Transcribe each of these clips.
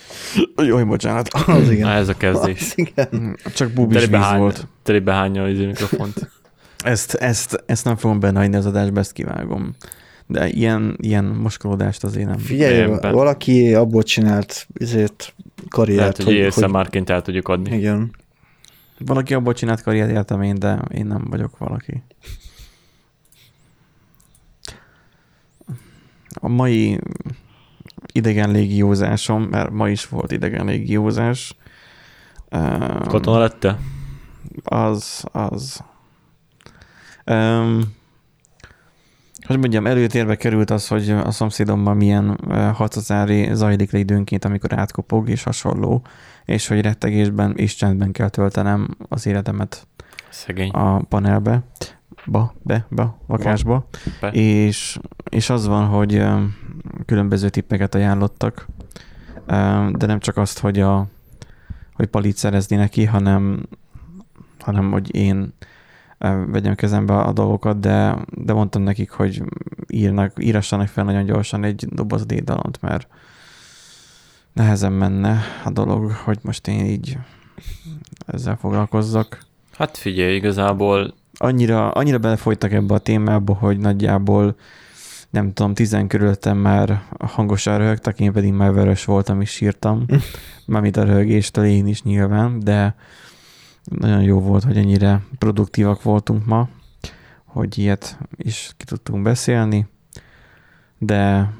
Jaj, bocsánat. Az igen. Ez a kezdés. Az igen. Csak bubis víz volt. Telibe hányja az mikrofont. Ezt nem fogom benne hagyni az adásba, ezt kivágom. De ilyen moskolódást azért nem. Figyelj, valaki abból csinált karriert. Lehet, hogy ASMR-ként el tudjuk adni. Igen. Valaki abból csinált karriert, értem én, de én nem vagyok valaki. A mai idegen légiózásom, mert ma is volt idegen légiózás. Katona lette? Az. Hogy mondjam, előtérbe került az, hogy a szomszédommal milyen harcozári zajlik le időnként, amikor átkopog és hasonló, és hogy rettegésben és csendben kell töltenem az életemet. Szegény. A panelbe, lakásba, és az van, hogy különböző tippeket ajánlottak, de nem csak azt, hogy palit szerezni neki, hanem hogy én vegyem kezembe a dolgokat, de mondtam nekik, hogy írassanak fel nagyon gyorsan egy doboz dédalont, mert nehezen menne a dolog, hogy most én így ezzel foglalkozzak. Hát figyelj, igazából annyira belefolytak ebbe a témába, hogy nagyjából nem tudom, 10 körülöttem már hangosan röhögtek, én pedig már vörös voltam és sírtam. Mármint a röhögéstől én is nyilván, de nagyon jó volt, hogy ennyire produktívak voltunk ma, hogy ilyet is ki tudtunk beszélni, de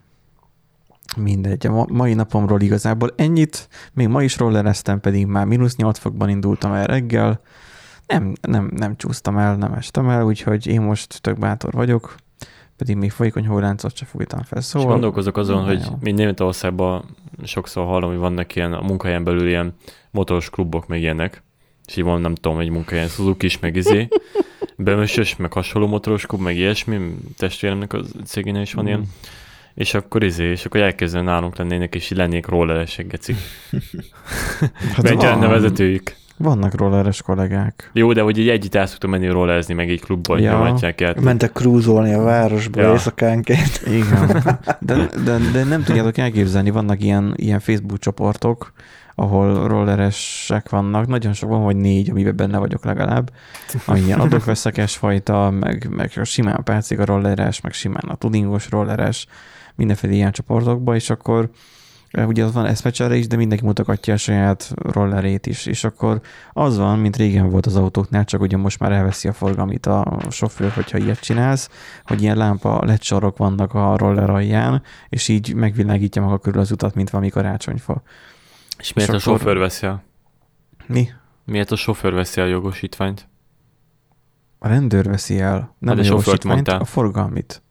mindegy. A mai napomról igazából ennyit, még ma is rollereztem, pedig már -8 fokban indultam el reggel, nem csúsztam el, nem estem el, úgyhogy én most tök bátor vagyok, pedig még folyékony hóláncot se fújtam fel. Szóval, és gondolkozok azon, hogy mind Németországban sokszor hallom, hogy vannak ilyen a munkahelyen belül ilyen motoros klubok, meg ilyenek, és így van, nem tudom, egy munkahelyen Suzuki is, meg Bemösös, meg hasonló motoros klub, meg ilyesmi, testvéremnek a cégénél is van ilyen, és akkor és akkor elkezdően nálunk lennének, és így lennék rolleresek, gecik. Menj lenne vezetőjük. Vannak rolleres kollégák. Jó, de hogy így együtt el szoktam menni rollerezni, meg egy klubba, hogy nyomatják el. Mentek krúzolni a városba éjszakánként. Igen. De nem tudjátok elképzelni, vannak ilyen Facebook csoportok, ahol rolleresek vannak. Nagyon sok van, vagy 4, amiben benne vagyok legalább. Ilyen adok-veszekes fajta, meg simán a pálcika rolleres, meg simán a tudingos rolleres, mindenféle ilyen csoportokba, és akkor ugye az van eszmecsere is, de mindenki mutogatja a saját rollerét is, és akkor az van, mint régen volt az autóknál, csak ugye most már elveszi a forgalmit a sofőr, hogyha ilyet csinálsz, hogy ilyen lámpa LED sorok vannak a roller alján, és így megvilágítja maga körül az utat, mint valami karácsonyfa. És miért a sofőr veszi el? Mi? Miért a sofőr veszi el a jogosítványt? A rendőr veszi el, nem a jogosítványt, a forgalmit.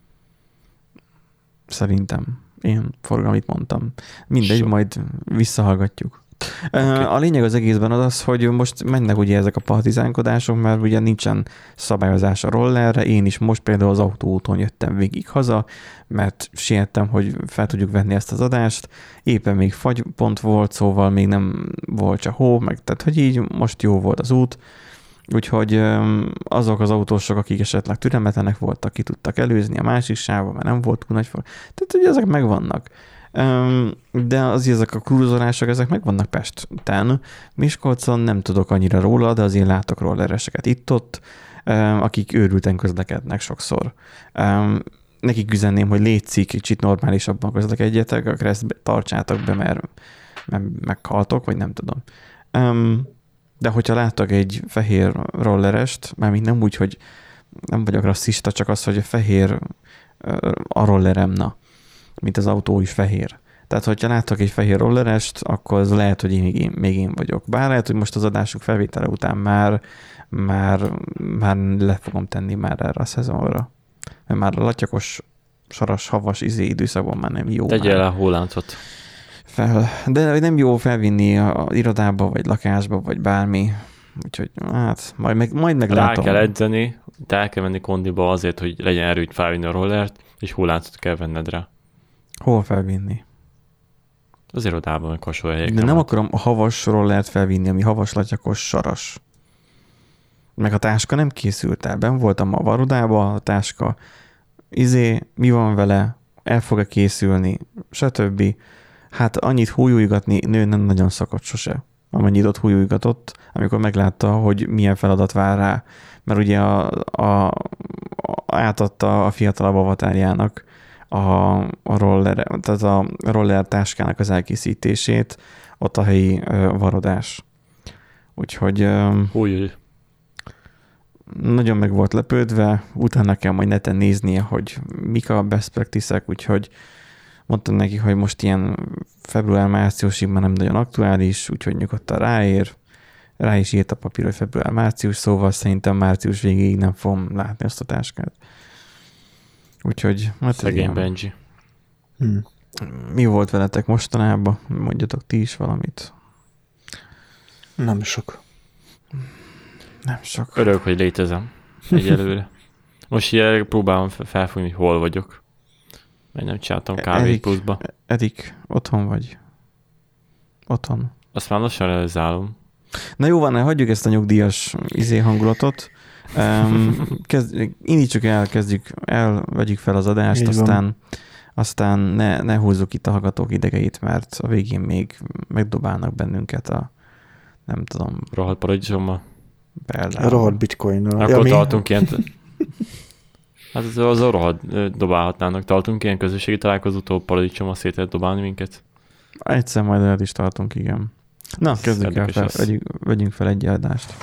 Szerintem. Én forgalmit mondtam. Mindegy, majd visszahallgatjuk. Okay. A lényeg az egészben az, hogy most mennek ugye ezek a partizánkodások, mert ugye nincsen szabályozás a rollerre. Én is most például az autóúton jöttem végig haza, mert siettem, hogy fel tudjuk venni ezt az adást. Éppen még fagypont volt, szóval még nem volt se hó, tehát hogy így most jó volt az út. Úgyhogy azok az autósok, akik esetleg türelmetlenek voltak, ki tudtak előzni a másik sávban, mert nem volt túl nagy fog. Tehát ugye ezek megvannak. De azért ezek a krúzolások, ezek megvannak Pesten. Miskolcon nem tudok annyira róla, de azért látok rollereseket itt-ott, akik őrülten közlekednek sokszor. Nekik üzenném, hogy létszik, kicsit normálisabban közlekedjetek, akkor ezt tartsátok be, mert meghaltok, vagy nem tudom. De hogyha láttak egy fehér rollerest, mármint nem úgy, hogy nem vagyok rasszista, csak az, hogy a fehér a rollerem, mint az autó is fehér. Tehát, hogyha láttak egy fehér rollerest, akkor az lehet, hogy még én vagyok. Bár lehet, hogy most az adásuk felvétele után már le fogom tenni már erre a szezonra. Mert már a latyakos, saras, havas időszakban már nem jó. Tegyél el a hóláncot. De nem jó felvinni az irodába, vagy lakásba, vagy bármi. Úgyhogy hát majd meglátom. Rá kell edzeni, de el kell menni kondiba azért, hogy legyen erőt felvinni a rollert, és hóláncot kell venned rá. Hol felvinni? Az irodában, meg hasonló helyekre. De nem akarom a havas rollert felvinni, ami havas, latyakos, saras. Meg a táska nem készült el. Ben voltam a varodába, a táska mi van vele, el fog-e készülni, stb. Hát annyit hújújgatni nő nem nagyon szakadt sose. Amennyit ott hújújgatott, amikor meglátta, hogy milyen feladat vár rá. Mert ugye átadta a fiatalabb avatárjának a roller táskának az elkészítését, ott a helyi varodás. Úgyhogy nagyon meg volt lepődve, utána kell majd neten néznie, hogy mik a best practice-ek, úgyhogy mondtam neki, hogy most ilyen február-márciusig már nem nagyon aktuális, úgyhogy nyugodtan rá is írt a papír, hogy február-március, szóval szerintem március végéig nem fogom látni azt a táskát. Úgyhogy... Szegény Benji. Mi volt veletek mostanában? Mondjatok ti is valamit. Nem sok. Örülök, hogy létezem egyelőre. Most ilyen próbálom felfogni, hogy hol vagyok. Mert nem csináltam kávét pluszba. Erik, otthon vagy? Otthon. Azt már lassan realizálom. Na jó van, hagyjuk ezt a nyugdíjas hangulatot. Indítsuk el, vegyük fel az adást, aztán ne húzzuk itt a hallgatók idegeit, mert a végén még megdobálnak bennünket nem tudom. Rohadt paradicsommal. Például. Rohadt bitcoinnal. Akkor tartunk ilyen... Hát az a rohadt dobálhatnának. Tartunk ilyen közösségi találkozótól paradicsommal szét lehet dobálni minket? Egyszer majd olyat is tartunk, igen. Na, kezdjük el, vegyünk fel egy adást.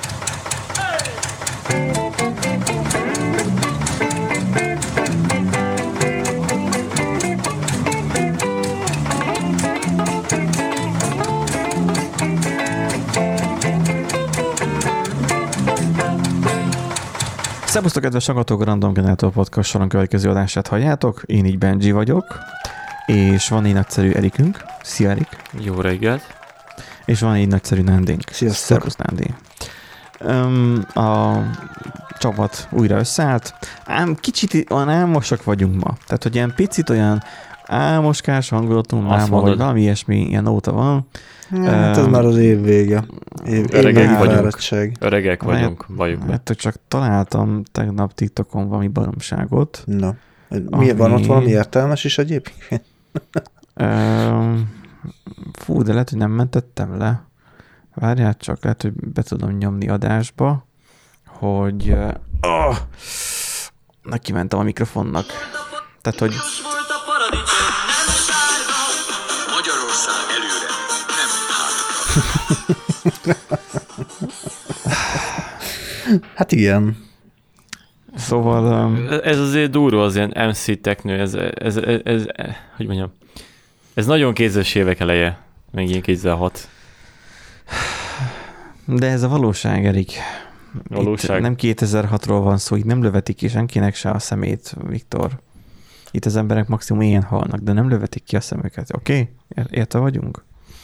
Szervusztok, kedves hallgatók, a Random Generator Podcast soron következő adását halljátok. Én így Benji vagyok, és van egy nagyszerű Erikünk. Szia, Erik! Jó reggelt! És van egy nagyszerű Nándénk. Sziasztok! Szervusz, Nándé! A csapat újra összeállt. Ám kicsit olyan álmosak vagyunk ma. Tehát, hogy ilyen picit olyan álmoskás hangulatunk máma, vagy valami ilyesmi, ilyen nóta van. Hát ez már az év vége. Öregek vagyunk. Mert csak találtam tegnap TikTokon valami baromságot. Na, van ott valami értelmes is egyébként? Fú, de lehet, hogy nem mentettem le. Várjál csak, lehet, hogy be tudom nyomni adásba, hogy neki mentem a mikrofonnak. Tehát, hogy Magyarország előre, nem Hát igen. Szóval... Ez azért durva, az ilyen MC technő, ez hogy mondjam, ez nagyon kézes évek eleje, meg ilyen 2006. De ez a valóság, Erik. Valóság. Itt nem 2006-ról van szó, itt nem lövetik ki senkinek se a szemét, Viktor. Itt az emberek maximum ilyen halnak, de nem lövetik ki a szemüket. Oké? Érte vagyunk?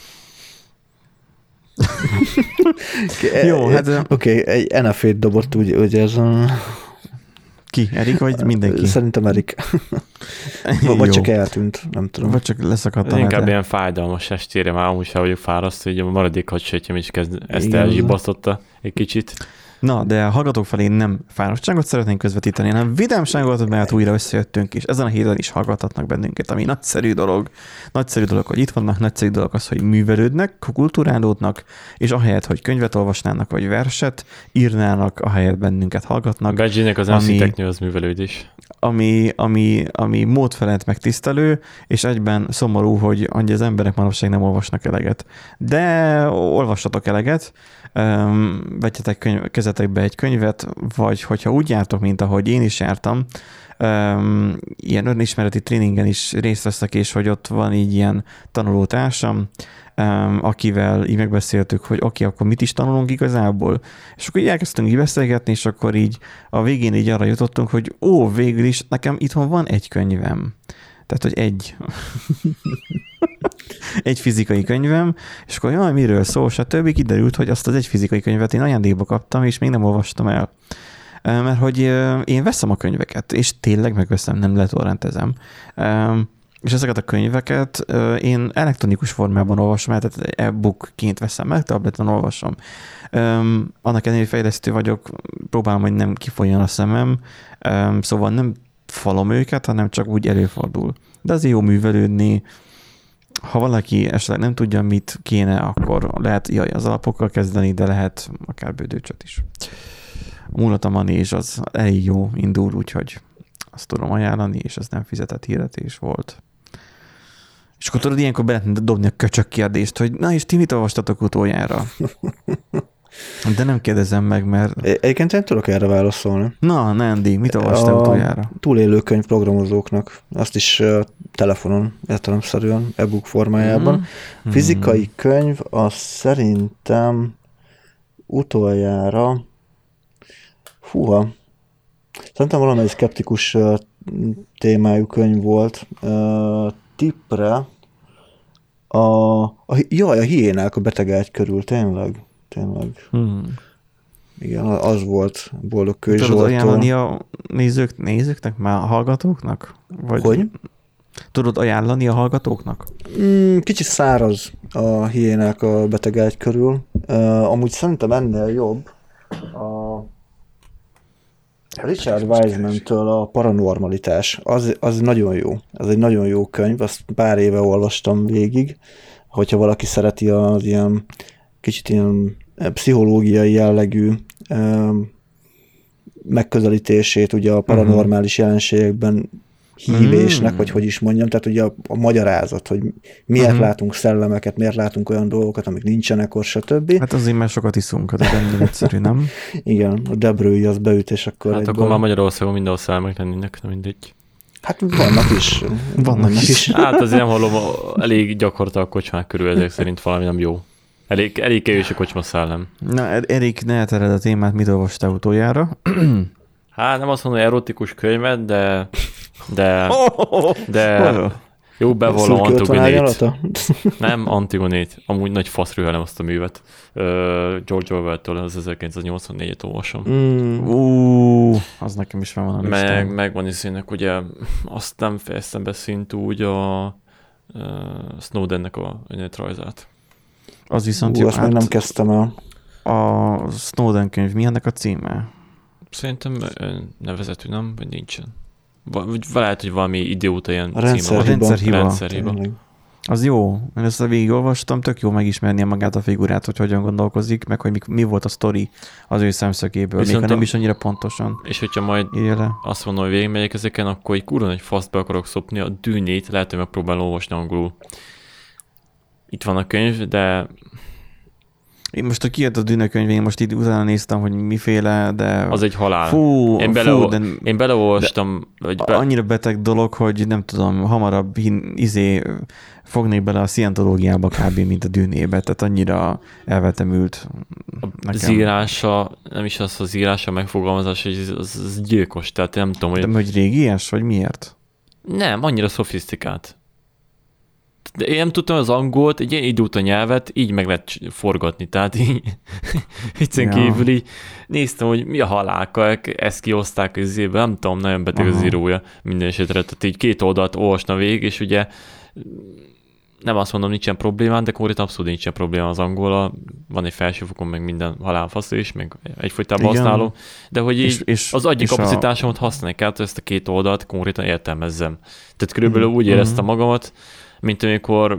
Jó, hát... Oké, egy NFL-t dobott úgy, hogy ez a... Ki? Erik, vagy mindenki? Szerintem Erik. Vagy csak eltűnt, nem tudom. Vagy csak leszakadt a inkább ilyen fájdalmas estére, már amúgy sem vagyok fáraszt, hogy a maradék hadsejtjem is ezt elzsibasztotta egy kicsit. Na, de a hallgatók felé nem fáradtságot szeretnénk közvetíteni, hanem vidámságot, mert újra összejöttünk, és ezen a héten is hallgathatnak bennünket, ami nagyszerű dolog. Nagyszerű dolog, hogy itt vannak, nagyszerű dolog az, hogy művelődnek, kulturálódnak, és ahelyett, hogy könyvet olvasnának, vagy verset írnának, ahelyett bennünket hallgatnak. Benjinek az MC technő az művelődés. Ami módfelett megtisztelő, és egyben szomorú, hogy az emberek manapság nem olvasnak eleget. De olvassatok eleget, vegyetek kezetekbe egy könyvet, vagy hogyha úgy jártok, mint ahogy én is jártam, ilyen önismereti tréningen is részt veszek, és hogy ott van így ilyen tanulótársam, akivel így megbeszéltük, hogy oké, akkor mit is tanulunk igazából, és akkor így elkezdtünk így beszélgetni, és akkor így a végén így arra jutottunk, hogy végül is nekem itthon van egy könyvem. Tehát, hogy egy fizikai könyvem, és akkor jaj, miről szól, stb. Kiderült, hogy azt az egy fizikai könyvet én ajándékba kaptam, és még nem olvastam el. Mert hogy én veszem a könyveket, és tényleg megveszem, nem letorrentezem. És ezeket a könyveket én elektronikus formában olvasom el, tehát e-bookként veszem meg, tableten olvasom. Annak ellenére fejlesztő vagyok, próbálom, hogy nem kifolyjon a szemem, szóval nem falom őket, hanem csak úgy előfordul. De azért jó művelődni, Ha valaki esetleg nem tudja, mit kéne, akkor lehet az alapokkal kezdeni, de lehet akár bődőcsöt is. A Mulata Manés az elég jó indul, úgyhogy azt tudom ajánlani, és ez nem fizetett hirdetés volt. És akkor tudod, ilyenkor be lehetne dobni a köcsök kérdést, hogy na és ti mit olvastatok utoljára? De nem kérdezem meg, mert... Egyébként én tudok erre válaszolni. Na, Nandi, mit olvastál utoljára? Túlélő könyv programozóknak. Azt is telefonon, értelemszerűen, e-book formájában. Fizikai könyv, az szerintem utoljára... Húha. Szerintem valamelyik szkeptikus témájú könyv volt. Tippre a hiénák a betegágy körül, tényleg. Igen, az volt Boldog Kős Zsolttól. Tudod ajánlani a nézőknek, már a hallgatóknak? Vagy hogy? Tudod ajánlani a hallgatóknak? Kicsit száraz a hiénák a betegágy körül. Amúgy szerintem ennél jobb a Richard Wiseman-től a Paranormalitás. Az nagyon jó. Ez egy nagyon jó könyv, azt pár éve olvastam végig. Hogyha valaki szereti az ilyen kicsit ilyen pszichológiai jellegű megközelítését ugye a paranormális jelenségekben hívésnek, vagy hogy is mondjam, tehát ugye a magyarázat, hogy miért látunk szellemeket, miért látunk olyan dolgokat, amik nincsenek ott, stb. Hát azért már sokat iszunk, de ennyire egyszerű, nem? Igen, a debrői az beüt, és akkor... Hát akkor már Magyarországon mindenhol szellemek lennének, nem mindegy. Hát vannak is. Vannak is. Hát azért nem hallom, elég gyakorta a kocsmák körül, ezek szerint valami nem jó. Elég kevés a kocsma szellem. Na, Erik, ne eltered a témát, mit olvastál utoljára? Hát nem azt mondom, hogy erotikus könyvet, de jó, bevallom Antigonét. Nem, Antigonét. Amúgy nagy faszrühelem azt a művet. George Orwell-től az 1984-et olvasom. Az nekem is van a listán. Megvan iszének, ugye azt nem fejeztem be úgy a Snowdennek a önéletrajzát. Az viszont jó. Azt még nem kezdtem el. A Snowden könyv, mi ennek a címe? Szerintem nevezetű, nem? Vagy nincsen. Vagy lehet, hogy valami idióta ilyen rendszerhiba. Az jó. Én ezt a végigolvastam, tök jó megismernie magát a figurát, hogy hogyan gondolkozik, meg hogy mi volt a sztori az ő szemszögéből, még ha nem is annyira pontosan. És hogyha majd azt mondom, hogy végigmegyek ezeken, akkor egy kurva nagy faszt be akarok szopni, a Dűnét lehet, hogy megpróbálom olvasni angolul. Itt van a könyv, de... Én most a kijött a Dűne könyv, én most itt utána néztem, hogy miféle, de... Az egy halál. Én beleolvastam... Annyira beteg dolog, hogy nem tudom, hamarabb fognék bele a szientológiába kb. Mint a Dűnébe, tehát annyira elvetemült nekem. Az írása, nem is az írása megfogalmazás, hogy az gyilkos, tehát nem tudom, hogy... De hogy régies, vagy miért? Nem, annyira szofisztikált. De én nem tudtam az angolt, egy ilyen idióta nyelvet így meg lehet forgatni, tehát így viccen kívül így néztem, hogy mi a halálka, ezt kioszták az évben, nem tudom, nagyon beteg az írója minden esetre, tehát így 2 oldalt olvasna végig, és ugye nem azt mondom, nincsen problémám, de konkrétan abszolút nincsen probléma az angolra, van egy felsőfokon, meg minden halálfasz is, meg egyfolytában használom, de hogy így és az agyi kapacitásomat használni kell, hogy ezt a 2 oldalt konkrétan értelmezzem. Tehát körülbelül úgy éreztem magamat, mint amikor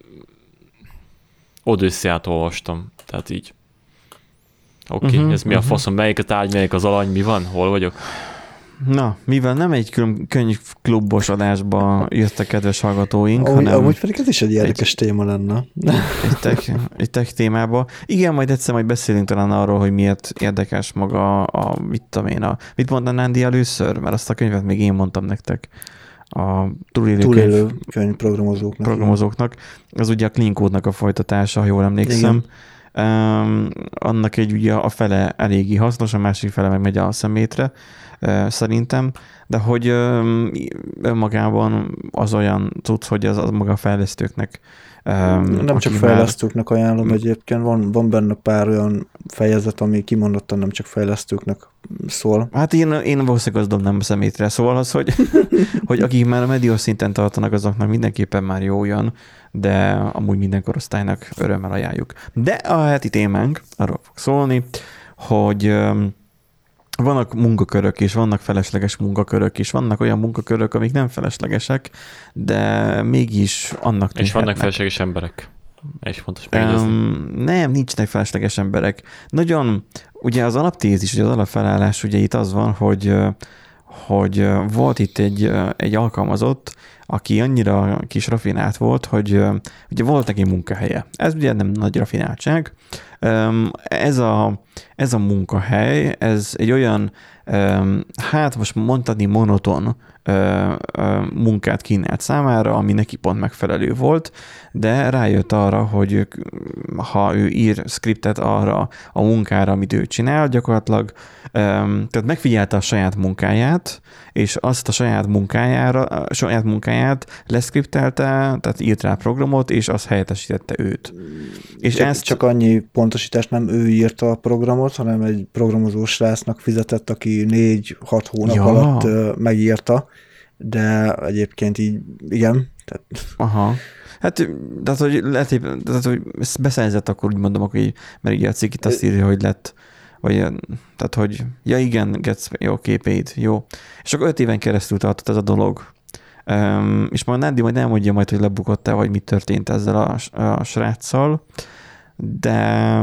Odüsszeát olvastam. Tehát így. Oké, ez mi a faszom, melyik a tárgy, melyik az alany, mi van, hol vagyok? Na, mivel nem egy könyvklubos adásba jöttek kedves hallgatóink, hanem... Amúgy pedig ez is egy érdekes téma lenne. Egy tech témába. Igen, majd egyszer beszélünk talán arról, hogy miért érdekes maga mit mondta Nandi először? Mert azt a könyvet még én mondtam nektek. A túlélő könyv programozóknak. Az ugye a Clean Code-nak a folytatása, ha jól emlékszem. Annak ugye a fele eléggé hasznos, a másik fele meg megy a szemétre, szerintem, de hogy önmagában az olyan tudsz, hogy az maga a fejlesztőknek. Nem csak fejlesztőknek ajánlom egyébként, van benne pár olyan fejezet, ami kimondottan nem csak fejlesztőknek szól. Hát én valószínűleg azt dobnám a szemétre, szóval az, hogy akik már a mediós szinten tartanak, azoknak mindenképpen már jó jön, de amúgy minden korosztálynak örömmel ajánljuk. De a heti témánk arról fog szólni, hogy vannak munkakörök is, vannak felesleges munkakörök is, vannak olyan munkakörök, amik nem feleslegesek, de mégis annak tűnhetnek. És vannak felesleges emberek. És fontos megjegyezni. Nem, nincsenek felesleges emberek. Nagyon, ugye az alaptézis, ugye az alapfelállás, ugye itt az van, hogy volt itt egy alkalmazott, aki annyira kis rafinált volt, hogy ugye volt neki munkahelye. Ez ugye nem nagy rafináltság. Ez a munkahely, ez egy olyan, hát most mondhatni monoton munkát kínált számára, ami neki pont megfelelő volt, de rájött arra, hogy ha ő ír skriptet arra a munkára, amit ő csinál, gyakorlatilag tehát megfigyelte a saját munkáját, és azt a saját munkáját leszkriptelte, tehát írt rá programot, és az helyettesítette őt. És csak annyi pontosítás, nem ő írta a programot, hanem egy programozó srácnak fizetett, aki 4-6 hónap alatt megírta, de egyébként így, igen. Tehát... Aha. Hát, tehát, hogy beszerzett, akkor úgy mondom, akkor így, mert így a cikk itt azt írja, hogy lett, vagy, tehát, hogy ja igen, jó, képeit, jó. És akkor 5 éven keresztül tartott ez a dolog. És majd Nándi majd elmondja majd, hogy lebukott-e, vagy mi történt ezzel a sráccal, de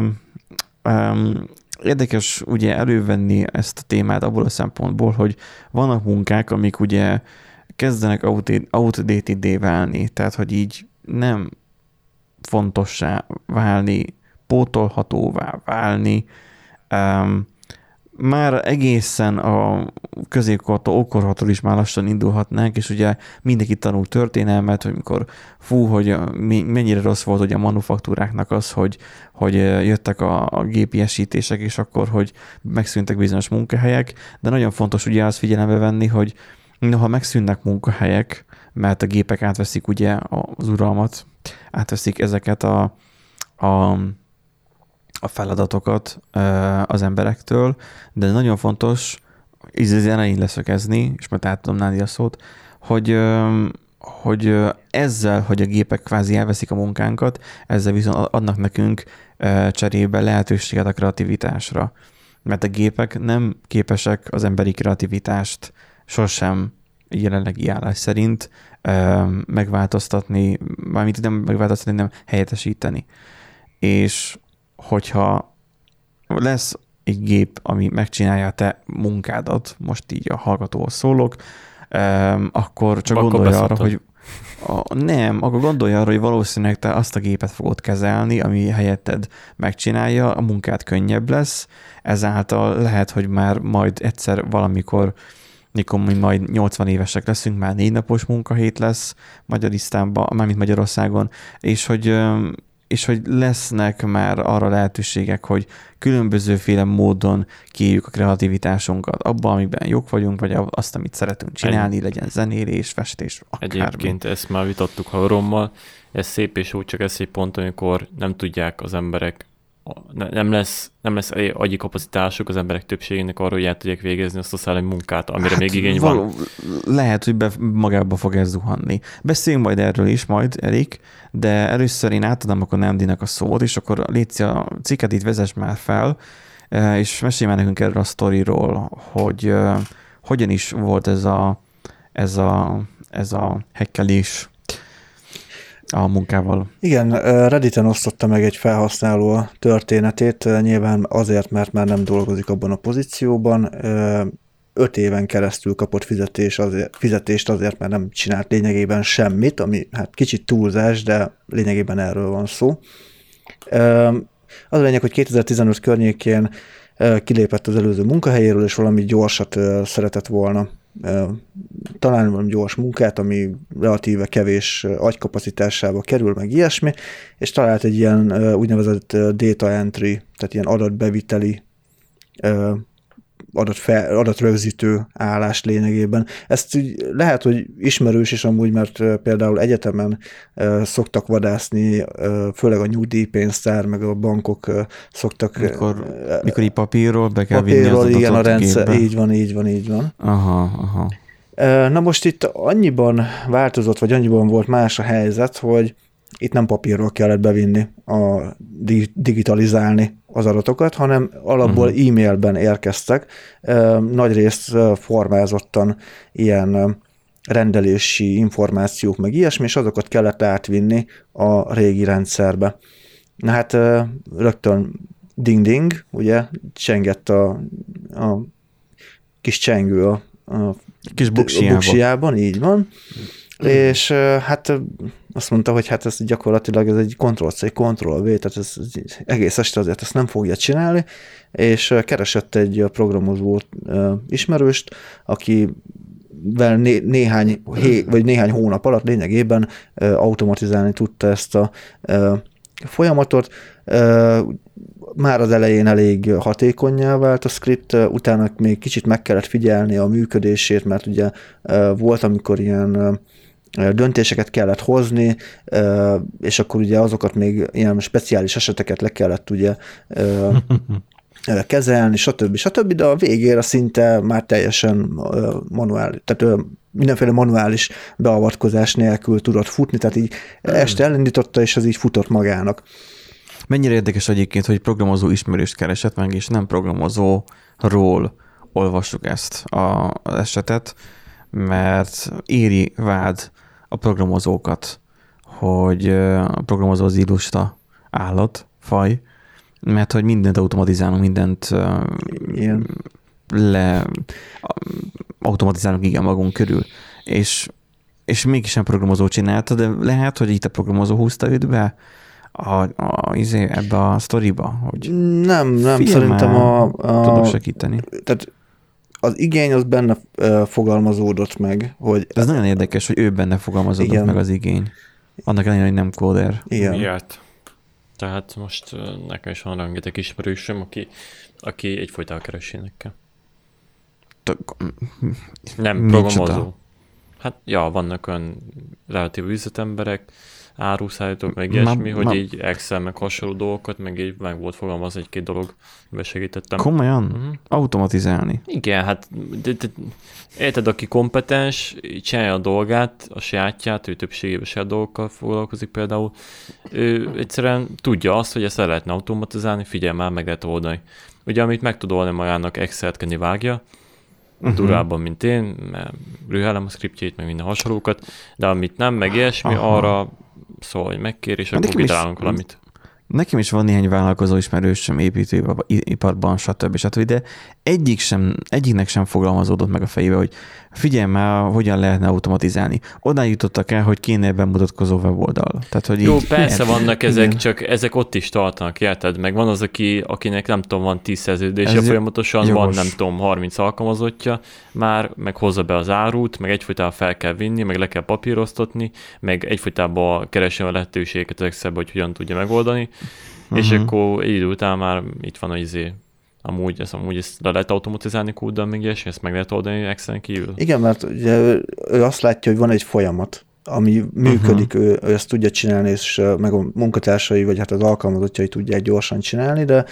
érdekes ugye elővenni ezt a témát abból a szempontból, hogy vannak munkák, amik ugye kezdenek outdated-dé válni, tehát hogy így nem fontossá válni, pótolhatóvá válni, már egészen a középkortól, ókortól is már lassan indulhatnánk, és ugye mindenki tanul történelmet, hogy mikor hogy mennyire rossz volt ugye a manufaktúráknak az, hogy jöttek a gépiesítések, és akkor, hogy megszűntek bizonyos munkahelyek, de nagyon fontos ugye azt figyelembe venni, hogy noha megszűnnek munkahelyek, mert a gépek átveszik ugye az uralmat, átveszik ezeket a feladatokat az emberektől, de nagyon fontos, így az elején leszögezni, és majd átadom Nádi a szót, hogy ezzel, hogy a gépek kvázi elveszik a munkánkat, ezzel viszont adnak nekünk cserébe lehetőséget a kreativitásra. Mert a gépek nem képesek az emberi kreativitást sosem jelenlegi állás szerint megváltoztatni, mármint nem megváltoztatni, nem helyettesíteni. És hogyha lesz egy gép, ami megcsinálja a te munkádat, most így a hallgatóhoz szólok, akkor csak gondolj arra, hogy akkor gondolj arra, hogy valószínűleg te azt a gépet fogod kezelni, ami helyetted megcsinálja, a munkád könnyebb lesz, ezáltal lehet, hogy már majd egyszer valamikor, mikor mi majd 80 évesek leszünk, már 4 napos munkahét lesz mármint Magyarországon, és hogy lesznek már arra lehetőségek, hogy különbözőféle módon kiéljük a kreativitásunkat abban, amiben jók vagyunk, vagy azt, amit szeretünk csinálni, legyen zenélés, festés, akármi. Egyébként ezt már vitattuk Havrommal, ez szép és úgy, csak ez egy pont, amikor nem tudják az emberek, nem lesz agyi kapacitásuk az emberek többségének arra, hogy el tudják végezni azt a szellemi munkát, amire még igény van. Lehet, hogy magába fog ez zuhanni. Beszéljünk majd erről is, Erik, de először én átadom akkor Nándinak a szót, és akkor légy a cikket itt vezess már fel, és mesélj már nekünk erről a sztoriról, hogy hogyan is volt ez a hekkelés a munkával. Igen, Redditen osztotta meg egy felhasználó a történetét, nyilván azért, mert már nem dolgozik abban a pozícióban. 5 éven keresztül kapott fizetést azért, mert nem csinált lényegében semmit, ami hát kicsit túlzás, de lényegében erről van szó. Az a lényeg, hogy 2015 környékén kilépett az előző munkahelyéről, és valami gyorsat szeretett volna. Talán valami gyors munkát, ami relatíve kevés agykapacitásába kerül, meg ilyesmi, és talált egy ilyen úgynevezett data entry, tehát ilyen adatbeviteli, adatrögzítő állás lényegében. Ezt lehet, hogy ismerős is amúgy, mert például egyetemen szoktak vadászni, főleg a nyugdíjpénztár, meg a bankok szoktak... Mikor így papírról be kell vinni az adatot igen, a rendszer, gépbe. így van. Aha. Na most itt annyiban változott, vagy annyiban volt más a helyzet, hogy itt nem papírról kellett bevinni, digitalizálni az adatokat, hanem alapból e-mailben érkeztek, nagyrészt formázottan ilyen rendelési információk, meg ilyesmi, és azokat kellett átvinni a régi rendszerbe. Na hát rögtön ding-ding, ugye, csengett a kis csengő a kis buksiában, így van, és hát azt mondta, hogy hát ez gyakorlatilag ez egy Ctrl-C, Ctrl-V, tehát ez egész este azért ezt nem fogja csinálni, és keresett egy programozó ismerőst, aki néhány hónap alatt lényegében automatizálni tudta ezt a folyamatot. Már az elején elég hatékonnyá vált a script, utána még kicsit meg kellett figyelni a működését, mert ugye volt, amikor ilyen döntéseket kellett hozni, és akkor ugye azokat még ilyen speciális eseteket le kellett ugye kezelni, stb., de a végére szinte már teljesen manuális, tehát mindenféle manuális beavatkozás nélkül tudott futni, tehát így este elindította, és az így futott magának. Mennyire érdekes egyébként, hogy programozó ismerőst keresett meg, és nem programozóról olvassuk ezt az esetet, mert éri vád a programozókat, hogy a programozó az illusta állat, faj, mert hogy mindent automatizálunk, mindent automatizálunk igen magunk körül. És mégis nem programozó csinálta, de lehet, hogy itt a programozó húzta őt be ebbe a sztoriba, hogy nem szerintem tudok segíteni. Tehát az igény az benne fogalmazódott meg, hogy... Ez nagyon érdekes, hogy ő benne fogalmazódott meg az igény. Annak ellenére, hogy nem kóder. Igen. Miért? Tehát most nekem is van rengeteg ismerősöm, aki egyfolytában keresi nekem. Nem programozó. Hát ja, vannak olyan relatív üzletemberek, áruszállítók, meg ilyesmi, hogy így Excel, meg hasonló dolgokat, meg így meg volt fogalmaz egy-két dolog, amivel segítettem. Komolyan? Automatizálni? Igen, hát érted, aki kompetens, csinálja a dolgát, a sajátját, ő többségében saját dolgokkal foglalkozik például, ő egyszerűen tudja azt, hogy ezt el lehetne automatizálni, figyelj már, meg lehet oldani. Ugye, amit meg tud oldani magának, Excel-t kenni vágja, durvábban, mint én, mert rühelem a szkriptjét, meg minden hasonlókat, de amit nem, meg ilyesmi, arra szól, hogy megkér, és akkor kitalálunk valamit. Nekem is van néhány vállalkozó ismerősöm építőiparban, stb. De egyiknek sem fogalmazódott meg a fejébe, hogy figyelj már, hogyan lehetne automatizálni. Odáig jutottak el, hogy kéne bemutatkozó weboldal. Tehát, hogy jó, persze vannak ezek, csak ezek ott is tartanak, érted? Meg van az, akinek nem tudom, van 10 szerződése folyamatosan, van nem tudom, 30 alkalmazottja, már meg hozza be az árut, meg egyfolytában fel kell vinni, meg le kell papíroztatni, meg egyfolytában keresni a lehetőségeket Excelbe, hogy hogyan tudja megoldani, és akkor egy idő után már itt van amúgy ezt le lehet automatizálni kóddal, még ilyesmi, ezt meg lehet oldani Excel-en kívül. Igen, mert ugye ő azt látja, hogy van egy folyamat, ami működik, ő ezt tudja csinálni, és meg a munkatársai, vagy hát az alkalmazottjai tudják gyorsan csinálni, de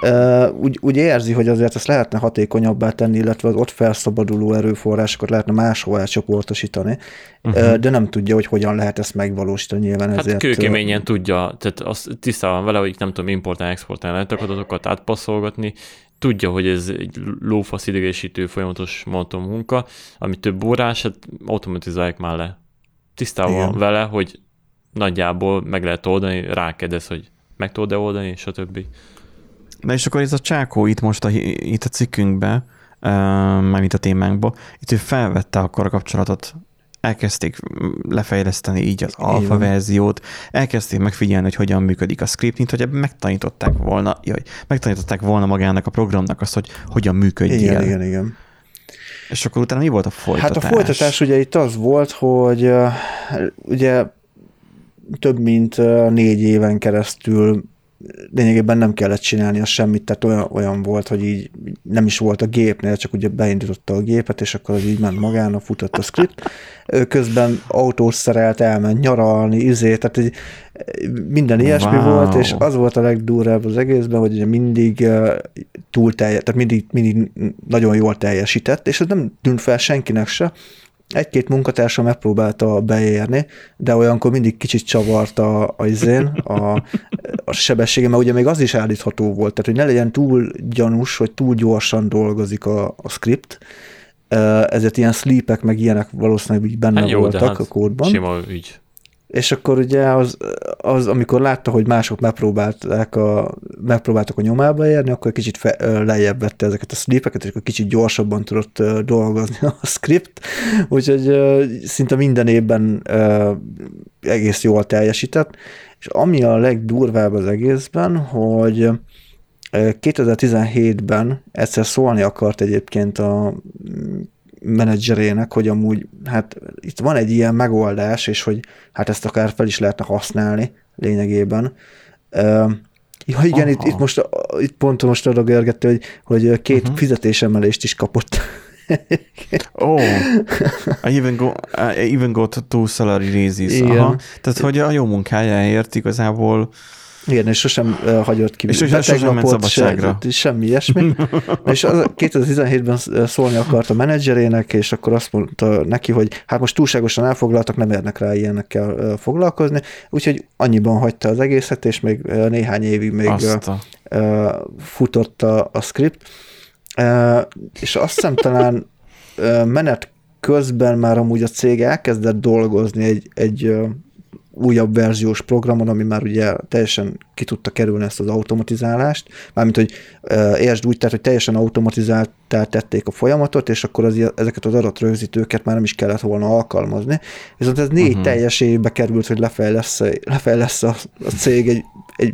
úgy érzi, hogy azért ezt lehetne hatékonyabbá tenni, illetve az ott felszabaduló erőforrásokat lehetne máshová csoportosítani, de nem tudja, hogy hogyan lehet ezt megvalósítani nyilván. Hát ezért... kőkeményen tudja, tehát azt tisztában vele, hogy nem tudom, importálni, exportálni lehet adatokat átpasszolgatni, tudja, hogy ez egy lófasz idegesítő folyamatos monoton munka, ami több órás, hát automatizálják már le. Tisztában van vele, hogy nagyjából meg lehet oldani, rákérdez, hogy meg tudod-e oldani, stb. Na és akkor ez a Csákó itt most itt a cikkünkbe, mármint a témánkba, itt ő felvette akkor a kapcsolatot, elkezdték lefejleszteni így az alfa verziót, elkezdték megfigyelni, hogy hogyan működik a script, mint hogy megtanították volna magának a programnak azt, hogy hogyan működjél. Igen. És akkor utána mi volt a folytatás? Hát a folytatás ugye itt az volt, hogy ugye több mint 4 éven keresztül lényegében nem kellett csinálni semmit, tehát olyan volt, hogy így nem is volt a gépnél, csak ugye beindította a gépet, és akkor az így ment magának, futott a script. Közben autós szerelt, elment nyaralni, tehát így minden ilyesmi volt, és az volt a legdurvább az egészben, hogy ugye mindig tehát mindig nagyon jól teljesített, és ez nem tűnt fel senkinek se. Egy-két munkatársa megpróbálta beérni, de olyankor mindig kicsit csavart a a sebessége, mert ugye még az is állítható volt, tehát hogy ne legyen túl gyanús, hogy túl gyorsan dolgozik a script, ezért ilyen sleepek meg ilyenek valószínűleg így benne jó, voltak a kódban. Sima ügy. És akkor ugye az amikor látta, hogy mások megpróbáltak a nyomába érni, akkor kicsit lejjebb vette ezeket a sleepeket, és akkor kicsit gyorsabban tudott dolgozni a script, úgyhogy szinte minden évben egész jól teljesített. És ami a legdurvább az egészben, hogy 2017-ben egyszer szólni akart egyébként a menedzserének, hogy amúgy hát itt van egy ilyen megoldás, és hogy hát ezt akár fel is lehetne használni lényegében. Ja igen, itt pont most oda görgette, hogy 2 fizetésemelést is kapott. I even got 2 salary raises. Tehát, hogy a jó munkájáért igazából. Igen, és sosem hagyott ki. És sosem ment szabadságra. Semmi ilyesmi. És 2017-ben szólni akart a menedzserének, és akkor azt mondta neki, hogy hát most túlságosan elfoglaltak, nem érnek rá ilyenekkel foglalkozni, úgyhogy annyiban hagyta az egészet, és még néhány évig még futott a script. És azt hiszem talán menet közben már amúgy a cég elkezdett dolgozni egy újabb verziós programon, ami már ugye teljesen ki tudta kerülni ezt az automatizálást, mármint, hogy értsd úgy, tehát, hogy teljesen automatizáltá tették a folyamatot, és akkor ezeket az adatrögzítőket már nem is kellett volna alkalmazni. Viszont ez 4 teljes évbe került, hogy lefejlesz a cég egy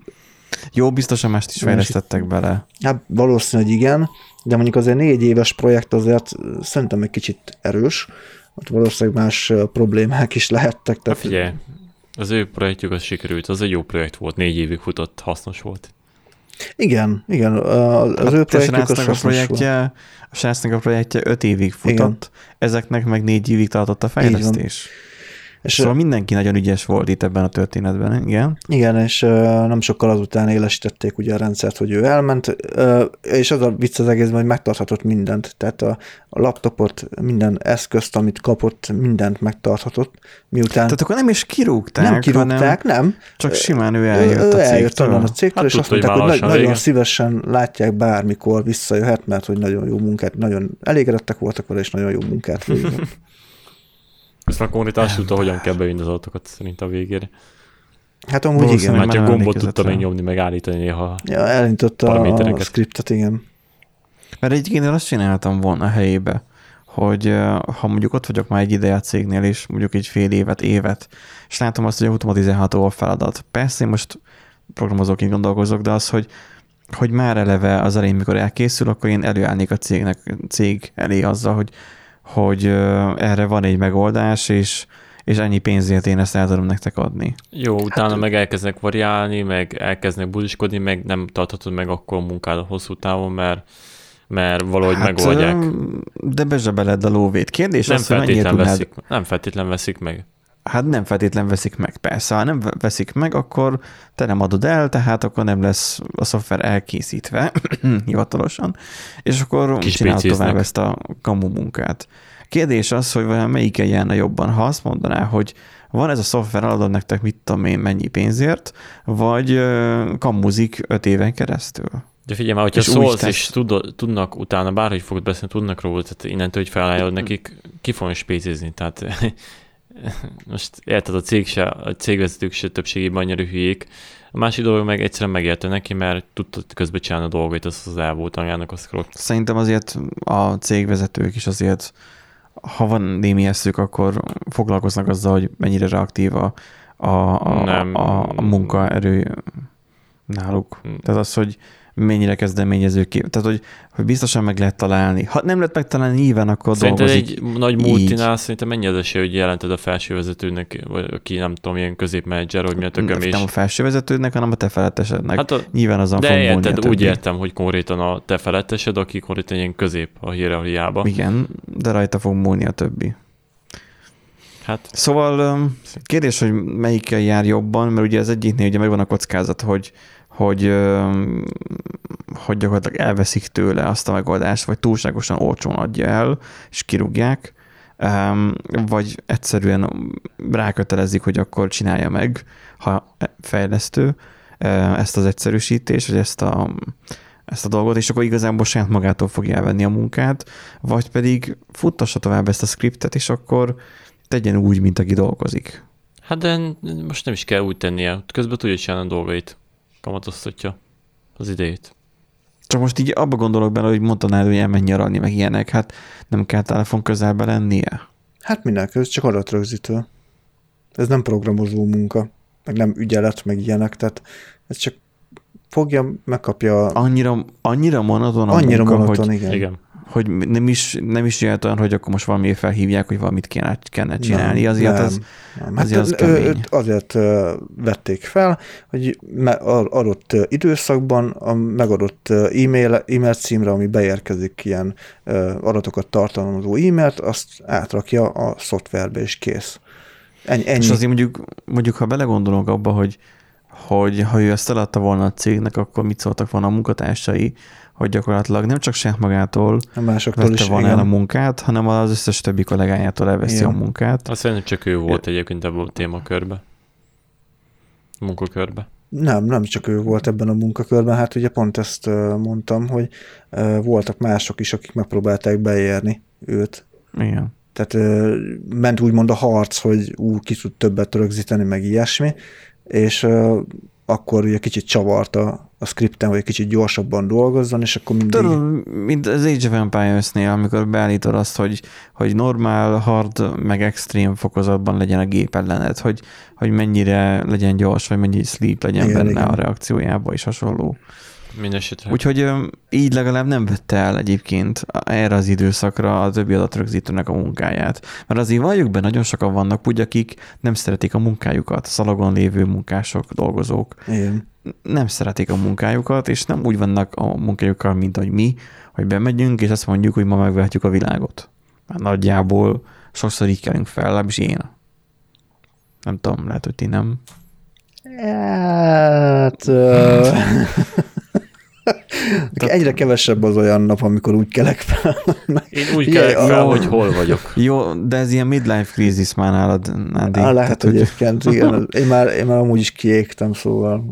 jó, biztosan mást is fejlesztettek bele. Hát valószínűleg igen, de mondjuk azért 4 éves projekt azért szerintem egy kicsit erős, ott valószínűleg más problémák is lehettek. Tehát... Figyelj, az ő projektjük az sikerült, az egy jó projekt volt, 4 évig futott, hasznos volt. Igen, az ő projektjük az hasznos volt. A srácnak a projektje 5 évig futott, igen. Ezeknek meg 4 évig tartott a fejlesztés. És szóval mindenki nagyon ügyes volt itt ebben a történetben, igen? Igen, és nem sokkal azután élesítették ugye a rendszert, hogy ő elment, és az a vicc az egészben, hogy megtarthatott mindent, tehát a laptopot, minden eszközt, amit kapott, mindent megtarthatott, miután... Tehát akkor nem is kirúgták, nem kirúgták, nem. Csak simán ő eljött a cégtől. A cégtől, és azt mondták, hogy nagyon szívesen látják bármikor visszajöhet, mert hogy nagyon jó munkát, nagyon elégedettek voltak vele, és nagyon jó munkát végzett. Ezt már konkrétan tudta, hogyan kell bevinni az adatokat szerint a végére. Hát amúgy igen. Már csak gombot tudta még nyomni, meg állítani néha. Ja, elindította a scriptet, igen. Mert egyébként én azt csináltam volna a helyébe, hogy ha mondjuk ott vagyok már egy ideje a cégnél, és mondjuk egy fél évet, és látom azt, hogy automatizálható a feladat. Persze én most programozóként gondolkozok, de az, hogy már eleve az elején, mikor elkészül, akkor én előállnék a cég elé azzal, hogy erre van egy megoldás, és ennyi pénzért én ezt el tudom nektek adni. Jó, utána meg elkezdenek variálni, meg elkezdenek buzskodni, meg nem tarthatod meg akkor a munkád a hosszú távon, mert valahogy megoldják. De bezsebeled a lóvét. Kérdés nem az, hogy mennyire tudnád... Nem feltétlen veszik meg. Hát nem feltétlen veszik meg, persze. Ha nem veszik meg, akkor te nem adod el, tehát akkor nem lesz a szoftver elkészítve hivatalosan, és akkor csinálod tovább ezt a kamu munkát. Kérdés az, hogy vajon melyike járna jobban, ha azt mondaná, hogy van ez a szoftver, eladod nektek mit tudom én mennyi pénzért, vagy kamuzik 5 éven keresztül. De figyelj már, hogyha szólsz, és tudnak utána, bárhogy fogod beszélni, tudnak róla, tehát innentől, hogy felállod nekik, ki fognak spécézni, tehát most érted, a cégvezetők se többségében annyira hülyék. A másik dolog meg egyszerűen megérte neki, mert tudta közben csinálni a dolgait, az el volt anyának a scroll. Szerintem azért a cégvezetők is azért, ha van némi eszük, akkor foglalkoznak azzal, hogy mennyire reaktív a munkaerő náluk. Tehát az, hogy mennyire kezdeményező ki. Tehát, hogy biztosan meg lehet találni. Ha nem lehet megtalálni nyilván, akkor szerinted dolgozik egy nagy multinál szerintem mennyi az esély, hogy jelented a felsővezetőnek, vagy aki nem tudom, ilyen középmenedzser, hogy mi a tököm is. Nem a felsővezetőnek, hanem a te felettesednek. Hát nyilván azon fog múlni a többi. Úgy értem, hogy konkrétan a te felettesed, aki konkrétan ilyen közép a hierarchiába. Igen, de rajta fog múlni a többi. Hát. Szóval kérdés, hogy melyikkel jár jobban, mert ugye az egyiknél ugye megvan a kockázat, hogy gyakorlatilag elveszik tőle azt a megoldást, vagy túlságosan olcsón adja el, és kirúgják, vagy egyszerűen rákötelezik, hogy akkor csinálja meg, ha fejlesztő. ezt az egyszerűsítést, vagy ezt a dolgot, és akkor igazából saját magától fogja elvenni a munkát, vagy pedig futtassa tovább ezt a scriptet, és akkor tegyen úgy, mint aki dolgozik. Hát de most nem is kell úgy tennie. Közben tudja csinálni a dolgait. Kamatoztatja az idejét. Csak most így abba gondolok bele, hogy mondanád, hogy elmenj nyaralni, meg ilyenek, hát nem kell telefon közelbe lennie? Hát mindenki, ez csak adatrögzítő. Ez nem programozó munka, meg nem ügyelet, meg ilyenek, tehát ez csak fogja, megkapja... Annyira monoton a annyira munka, monoton, hogy, igen. hogy nem is jöhet olyan, hogy akkor most valamiért felhívják, hogy valamit kellene csinálni. Azért az kemény. Azért vették fel, hogy adott időszakban a megadott e-mail címre, ami beérkezik ilyen adatokat tartalmazó e-mailt, azt átrakja a szoftverbe, és kész. Ennyi. És azért mondjuk, ha belegondolunk abba, hogy ha ő ezt eladta volna a cégnek, akkor mit szóltak volna a munkatársai, hogy gyakorlatilag nem csak saját magától vette volna el a munkát, hanem az összes többi kollégájától elveszi a munkát. Azt szerintem csak ő volt egyébként ebben a témakörben. Munkakörben. Nem csak ő volt ebben a munkakörben, hát ugye pont ezt mondtam, hogy voltak mások is, akik megpróbálták beérni őt. Igen. Tehát ment úgymond a harc, hogy ki tud többet rögzíteni, meg ilyesmi, és akkor ugye kicsit csavarta a scripten, hogy egy kicsit gyorsabban dolgozzon, és akkor mindig... Tudod, mint az Age of Empires-nél, amikor beállítod azt, hogy normál, hard, meg extrém fokozatban legyen a gép ellened, hogy mennyire legyen gyors, vagy mennyi sleep legyen benne a reakciójába is hasonló. Mindenesetre. Úgyhogy így legalább nem vette el egyébként erre az időszakra a többi adatrögzítőnek a munkáját. Mert azért valljuk be, nagyon sokan vannak úgy, akik nem szeretik a munkájukat, szalagon lévő munkások, dolgozók. Igen. Nem szeretik a munkájukat, és nem úgy vannak a munkájukkal, mint ahogy mi, hogy bemegyünk, és azt mondjuk, hogy ma megvehetjük a világot. Már nagyjából sokszor így kelünk fel, legalábbis én. Nem tudom, lehet, hogy ti nem. Hát... Egyre kevesebb az olyan nap, amikor úgy kelek fel. Én úgy kelek fel, hogy hol vagyok. Jó, de ez ilyen midlife crisis már nálad, Nádi. Lehet, hogy egyébként, igen. Én már amúgy is kiégtem, szóval.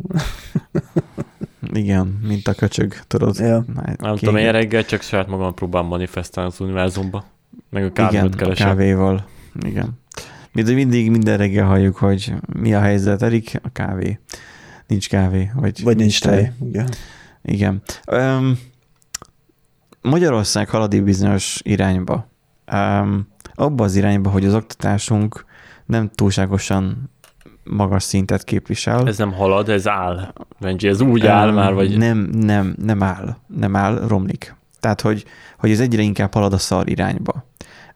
Igen, mint a köcsög, tudod. Ja. Nem tudom, én reggel csak saját magam próbálom manifestálni az univerzumba. Meg a kávét keresem. A kávéval. Igen. Mindig minden reggel halljuk, hogy mi a helyzet, Erik, a kávé. Nincs kávé. Vagy nincs tej. Igen. Igen. Magyarország halad bizonyos irányba. Abba az irányba, hogy az oktatásunk nem túlságosan magas szintet képvisel. Ez nem halad, ez áll. Benji, ez úgy áll már, vagy... Nem áll. Nem áll, romlik. Tehát, hogy ez egyre inkább halad a szar irányba.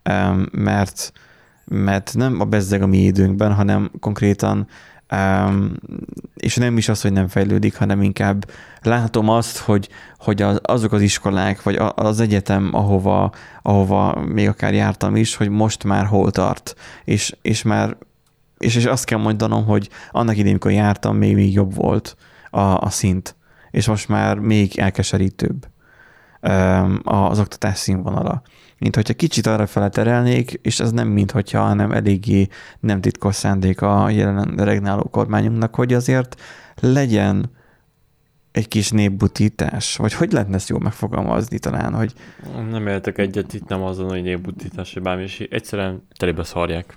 Mert nem a bezzeg a mi időnkben, hanem konkrétan és nem is az, hogy nem fejlődik, hanem inkább látom azt, hogy azok az iskolák, vagy az egyetem, ahova még akár jártam is, hogy most már hol tart. És azt kell mondanom, hogy annak idején, amikor jártam, még jobb volt a szint. És most már még elkeserítőbb az oktatás színvonala. Mint hogyha kicsit arra fele terelnék, és ez nem minthogyha, hanem eléggé nem titkos szándék a jelen regnáló kormányunknak, hogy azért legyen egy kis népbutítás. Vagy hogy lehetne ezt jól megfogalmazni talán, hogy... Nem éltek egyet itt, nem azon, hogy népbutítás, vagy bármi, és egyszerűen telébe szarják.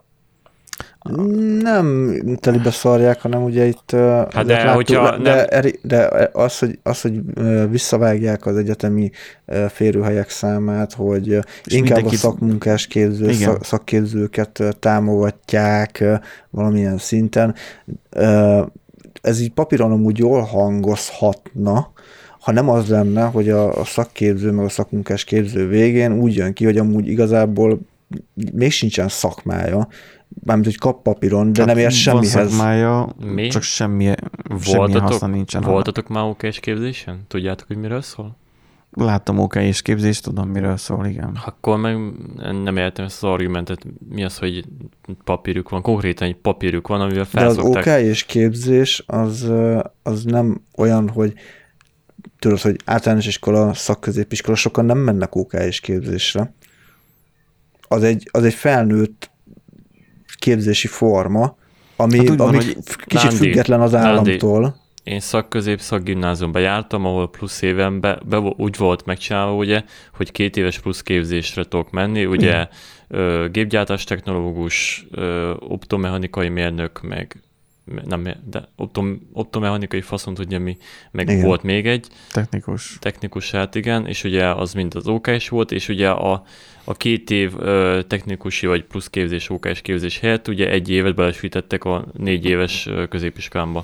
Nem telibe szarják, hanem ugye itt... Hát de az, hogy visszavágják az egyetemi férőhelyek számát, hogy és inkább a szakmunkás szakképzőket támogatják valamilyen szinten. Ez így papíron amúgy jól hangozhatna, ha nem az lenne, hogy a szakképző meg a szakmunkás képző végén úgy jön ki, hogy amúgy igazából még sincsen szakmája, mármint, hogy kap papíron, de nem ér semmihez. Szakmája, csak semmi haszna nincsen. Voltatok már OK-s képzésen? Tudjátok, hogy miről szól? Láttam OK-s képzést, tudom, miről szól, igen. Akkor meg nem értem ezt az argumentet. Mi az, hogy papírjuk van? Konkrétan egy papírjuk van, amivel felszokták. De az OK-s képzés az nem olyan, hogy tudod, hogy általános iskola, szakközépiskola, sokan nem mennek OK-s képzésre. Az egy felnőtt képzési forma, ami kicsit független az államtól. Én szakközép, szakgimnáziumba jártam, ahol plusz évenben úgy volt megcsinálva, ugye, hogy 2 éves plusz képzésre tudok menni, ugye gépgyártás technológus, optomechanikai mérnök, meg nem, de optomechanikai faszon tudja mi, meg igen. Volt még egy. Technikus, hát igen, és ugye az mind az OK-s volt, és ugye a 2 év technikusi vagy plusz képzés, OK-s képzés helyett ugye 1 évet belesítettek a 4 éves középiskolámba.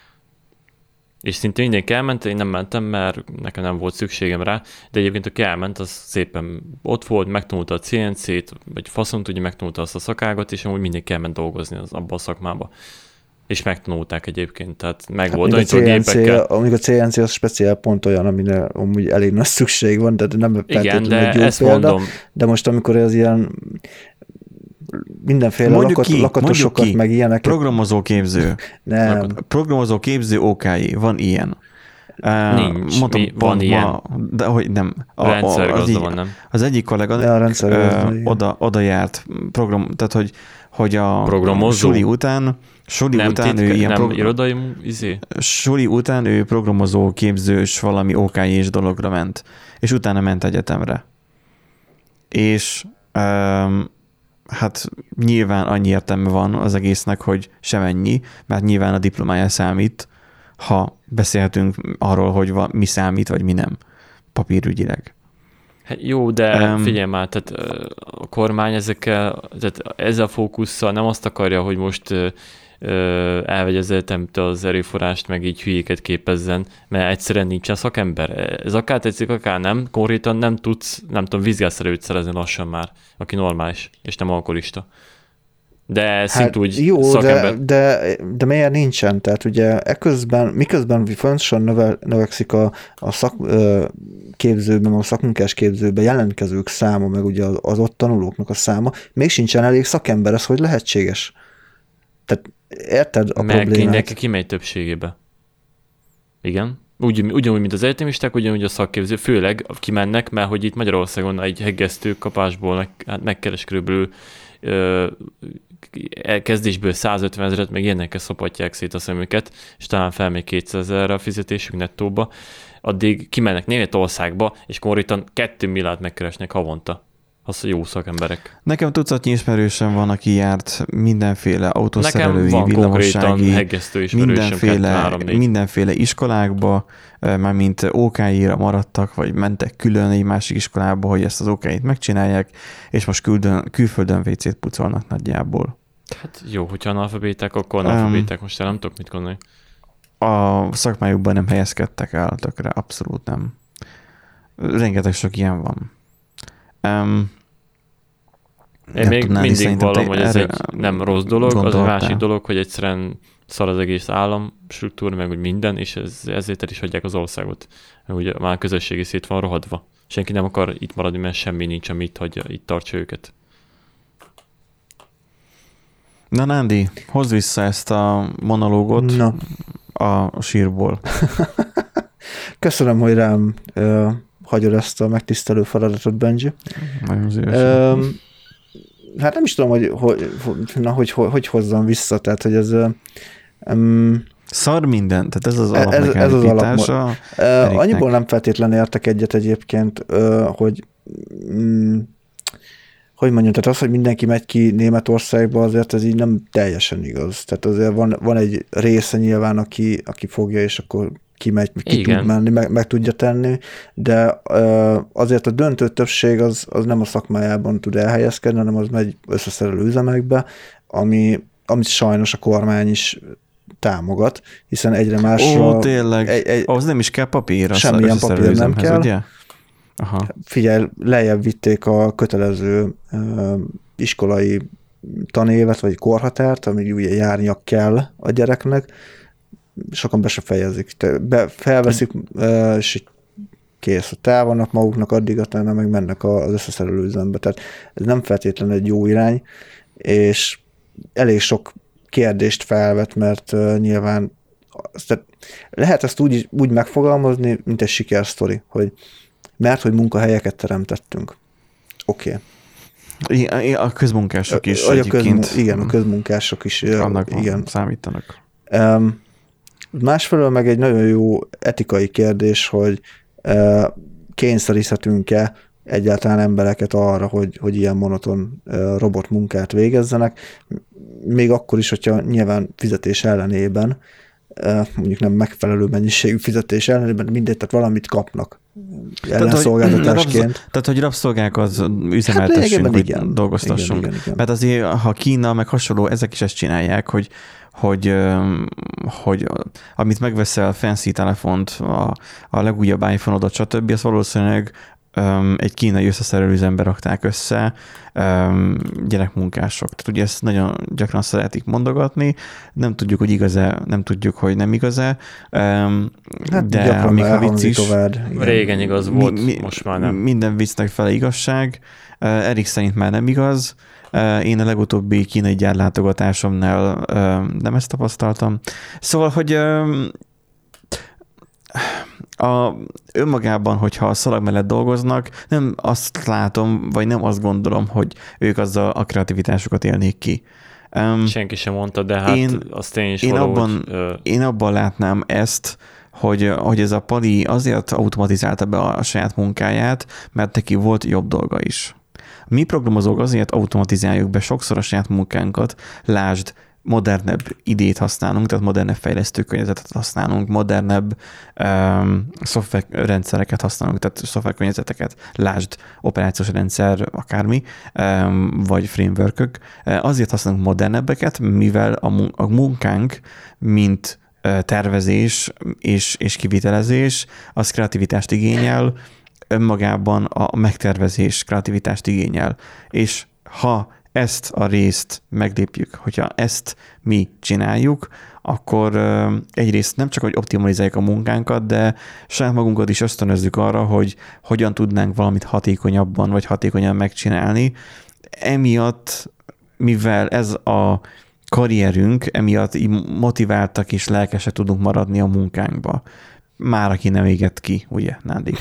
És szinte mindenki elment, én nem mentem, mert nekem nem volt szükségem rá, de egyébként aki elment, az szépen ott volt, megtanulta a CNC-t, vagy faszon tudja, megtanulta azt a szakágat, és amúgy mindenki elment dolgozni abba a szakmába. És megtanulták egyébként, tehát megoldani a gépekkel. Amíg a CNC az speciál pont olyan, amire amúgy elég nagy szükség van, de nem feltétlenül egy jó példa. Mondom. De most amikor ez ilyen mindenféle lakatosokat, meg ilyenek. Programozóképző. Nem. Programozóképző OK-i, van ilyen. Nincs, mondtam, van ilyen. De hogy nem. Rendszergazda van, nem? Az egyik kollega oda járt, tehát hogy a suli után ő ilyen irodai suli után ő programozó képzős valami OK-s dologra ment, és utána ment egyetemre. És hát nyilván annyi értelme van az egésznek, hogy semennyi, mert nyilván a diplomája számít, ha beszélhetünk arról, hogy mi számít, vagy mi nem papírügyileg. Hát jó, de figyelj már, tehát a kormány tehát ezzel a fókusszal nem azt akarja, hogy most elvegye az egyetemtől az erőforrást, meg így hülyéket képezzen, mert egyszerűen nincsen szakember. Ez akár tetszik, akár nem, konkrétan nem tudsz, nem tudom, vizsgászerelőt szerezni lassan már, aki normális, és nem alkoholista. De szintúgy jó, szakember. De miért nincsen? Tehát ugye miközben fontosan növekszik a szakképzőben, a szakmunkás képzőben jelentkezők száma, meg ugye az ott tanulóknak a száma, még sincsen elég szakember, ez hogy lehetséges? Tehát érted a problémát? Mindenki kimegy többségébe. Igen. Ugyanúgy, mint az egyetemisták, ugyanúgy a szakképző, főleg kimennek, mert hogy itt Magyarországon egy hegesztő kapásból megkeres körülbelül kezdésből 150 000-et, meg ilyenekkel szopatják szét a szemüket, és talán felmegy 200 000 a fizetésük nettóba, addig kimennek Németországba, és konkrétan 2 milliárd megkeresnek havonta. Az, hogy jó szakemberek. Nekem tucatnyi ismerősöm van, aki járt mindenféle autószerelői, villamossági, mindenféle iskolákba, mármint OK-ra maradtak, vagy mentek külön egy másik iskolába, hogy ezt az OK-t megcsinálják, és most külföldön WC-t pucolnak nagyjából. Hát jó, hogyha analfabéták, akkor analfabéták, most nem tudok mit gondolni. A szakmájukban nem helyezkedtek el tökre, abszolút nem. Rengeteg sok ilyen van. Én még mindig vallom, hogy ez egy nem rossz dolog, gondoltál. Az a másik dolog, hogy egyszerűen szar az egész állam struktúra, meg úgy minden, és ezért el is hagyják az országot. Ugye már közösségi szét van rohadva. Senki nem akar itt maradni, mert semmi nincs, ami itt tartsa őket. Na Nándi, hozd vissza ezt a monológot a sírból. Köszönöm, hogy rám hagyod ezt a megtisztelő feladatot, Benji. Nagyon szívesen. Hát nem is tudom, hogy hozzam vissza, tehát, hogy ez... Szar minden, tehát ez az alapnak elépítása. Annyiból nem feltétlenül értek egyet egyébként, hogy mondjam, tehát az, hogy mindenki megy ki Németországba, azért ez így nem teljesen igaz. Tehát azért van egy része nyilván, aki fogja, és akkor kimegy, ki tud menni, meg tudja tenni, de azért a döntő többség az nem a szakmájában tud elhelyezkedni, hanem az megy összeszerelő üzemekbe, amit sajnos a kormány is támogat, hiszen egyre másra... Tényleg, az nem is kell papír. Semmilyen papír nem kell. Ugye? Aha. Figyelj, lejjebb vitték a kötelező iskolai tanévet, vagy korhatárt, ami ugye járnia kell a gyereknek, sokan be se fejezik. Felveszik, és kész. El vannak maguknak addig, utána meg mennek az összeszerelő üzembe. Tehát ez nem feltétlenül egy jó irány, és elég sok kérdést felvet, mert nyilván lehet ezt úgy megfogalmazni, mint egy sikersztori, hogy hogy munkahelyeket teremtettünk. Oké. A közmunkások is egyébként. Igen, a közmunkások is. Annak igen. Számítanak. Másfelől meg egy nagyon jó etikai kérdés, hogy kényszeríthetünk-e egyáltalán embereket arra, hogy ilyen monoton robotmunkát végezzenek, még akkor is, hogyha nyilván fizetés ellenében, mondjuk nem megfelelő mennyiségű fizetés ellenében, mindegy, tehát valamit kapnak ellenszolgáltatásként. Tehát, hogy rabszolgákat üzemeltessünk, hogy dolgoztassunk. Igen. Mert azért, ha Kína meg hasonló, ezek is ezt csinálják, hogy amit megveszel fancy telefont, a legújabb iPhone-odat, stb., az valószínűleg egy kínai összeszerelő üzembe rakták össze gyerekmunkások. Tehát ugye ezt nagyon gyakran szeretik mondogatni, nem tudjuk, hogy igaz-e, nem tudjuk, hogy nem igaz-e, de még a vicc is. Régen igaz volt, most már nem. Minden viccnek fele igazság. Erik szerint már nem igaz. Én a legutóbbi kínai gyárlátogatásomnál nem ezt tapasztaltam. Szóval, hogy önmagában, hogyha a szalag mellett dolgoznak, nem azt látom, vagy nem azt gondolom, hogy ők azzal a kreativitásukat élnék ki. Senki sem mondta, de hát azt én is én abban látnám ezt, hogy ez a Pali azért automatizálta be a saját munkáját, mert neki volt jobb dolga is. Mi programozók azért automatizáljuk be sokszor a saját munkánkat, lásd, modernebb idét használunk, tehát modernebb fejlesztőkörnyezetet használunk, modernebb szoftverrendszereket használunk, tehát szoftverkörnyezeteket, lásd, operációs rendszer, akármi, vagy frameworkök. Azért használunk modernebbeket, mivel a munkánk, mint tervezés és kivitelezés, az kreativitást igényel, önmagában a megtervezés kreativitást igényel. És ha ezt a részt meglépjük, hogyha ezt mi csináljuk, akkor egyrészt nem csak, hogy optimalizáljuk a munkánkat, de saját magunkat is ösztönözzük arra, hogy hogyan tudnánk valamit hatékonyabban vagy hatékonyan megcsinálni. Emiatt, mivel ez a karrierünk, emiatt motiváltak és lelkesek tudunk maradni a munkánkba. Már aki nem égett ki, ugye, Nándi?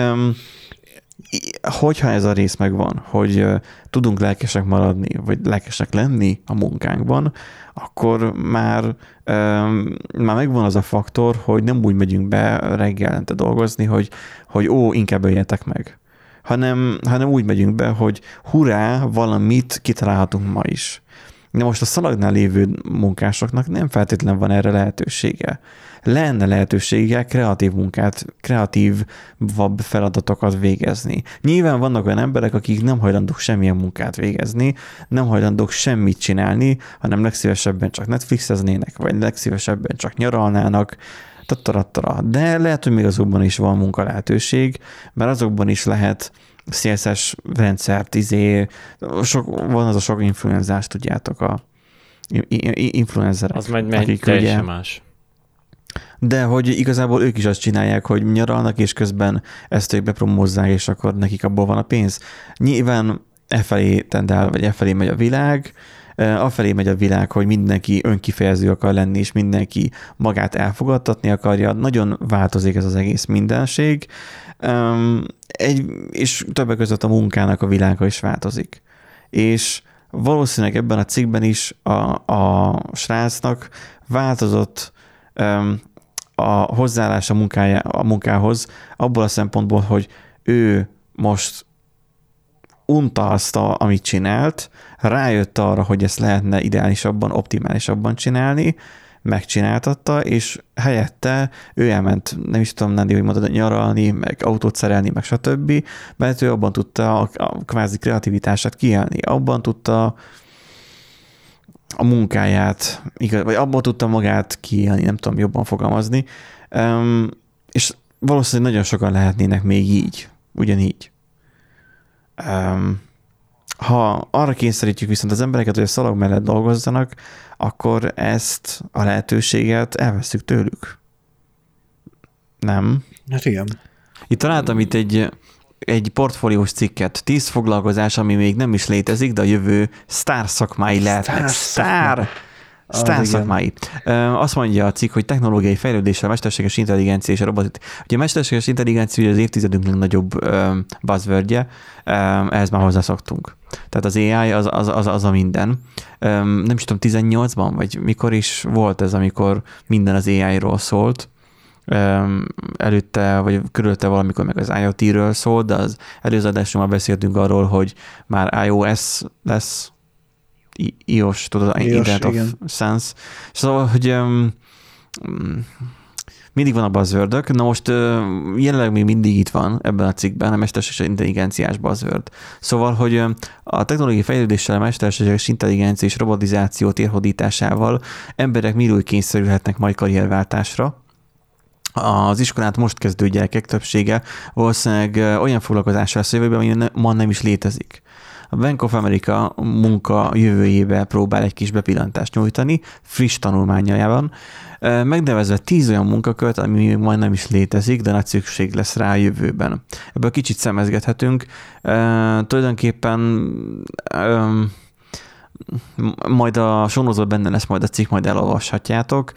Hogyha ez a rész megvan, hogy tudunk lelkesek maradni, vagy lelkesek lenni a munkánkban, akkor már megvan az a faktor, hogy nem úgy megyünk be reggelente dolgozni, hogy inkább öljetek meg. Hanem úgy megyünk be, hogy hurrá, valamit kitalálhatunk ma is. De most a szalagnál lévő munkásoknak nem feltétlenül van erre lehetősége. Lenne lehetősége kreatív munkát, kreatívabb feladatokat végezni. Nyilván vannak olyan emberek, akik nem hajlandók semmilyen munkát végezni, nem hajlandók semmit csinálni, hanem legszívesebben csak Netflixeznének, vagy legszívesebben csak nyaralnának, de lehet, hogy még azokban is van munka lehetőség, mert azokban is lehet CSS rendszert, van az a sok influenzás, tudjátok, a influencerek. Az megy teljesen más. De hogy igazából ők is azt csinálják, hogy nyaralnak, és közben ezt ők bepromózzák, és akkor nekik abból van a pénz. Nyilván efelé tendál, vagy efelé megy a világ, afelé megy a világ, hogy mindenki önkifejező akar lenni, és mindenki magát elfogadtatni akarja. Nagyon változik ez az egész mindenség, és többek között a munkának a világa is változik. És valószínűleg ebben a cikkben is a srácnak változott a hozzáállás a munkához abból a szempontból, hogy ő most unta azt, amit csinált, rájött arra, hogy ezt lehetne ideálisabban, optimálisabban csinálni, megcsináltatta, és helyette ő elment, nem is tudom, Nándi, hogy mondod, nyaralni, meg autót szerelni, meg stb., mert ő abban tudta a kvázi kreativitását kiélni, abban tudta a munkáját, vagy abban tudta magát kiélni, nem tudom jobban fogalmazni, és valószínűleg nagyon sokan lehetnének még így, ugyanígy. Ha arra kényszerítjük viszont az embereket, hogy a szalag mellett dolgozzanak, akkor ezt a lehetőséget elveszük tőlük. Nem? Hát igen. Itt találtam itt egy portfóliós cikket, 10 foglalkozás, ami még nem is létezik, de a jövő sztár szakmái lehetnek. Sztár! Stan szakmái. Azt mondja a cikk, hogy technológiai fejlődéssel, a mesterséges intelligencia és a robotik. Ugye a mesterséges intelligencia ugye az évtizedünk legnagyobb buzzwordje, ehhez már hozzászoktunk. Tehát az AI az a minden. Nem is tudom, 18-ban, vagy mikor is volt ez, amikor minden az AI-ról szólt. Előtte, vagy körülötte valamikor meg az IoT-ről szólt, de az előző adásunkban beszéltünk arról, hogy már iOS lesz, iOS, tudod, Internet of Sense. Szóval, hogy mindig van a buzzword-ök. Na most jelenleg még mindig itt van ebben a cikkben a mesterséges intelligenciás buzzword. Szóval, hogy a technológiai fejlődéssel, a mesterséges intelligencia és robotizáció térhódításával emberek mirul kényszerülhetnek majd karrierváltásra. Az iskolát most kezdő gyerekek többsége valószínűleg olyan foglalkozásra lesz jövőben, ami ma nem is létezik. A Bank of America munka jövőjébe próbál egy kis bepillantást nyújtani, friss tanulmányaiban, megnevezve 10 olyan munkakört, ami még majd nem is létezik, de nagy szükség lesz rá a jövőben. Ebből kicsit szemezgethetünk. Tulajdonképpen majd a sonozó benne lesz majd a cikk, majd elolvashatjátok.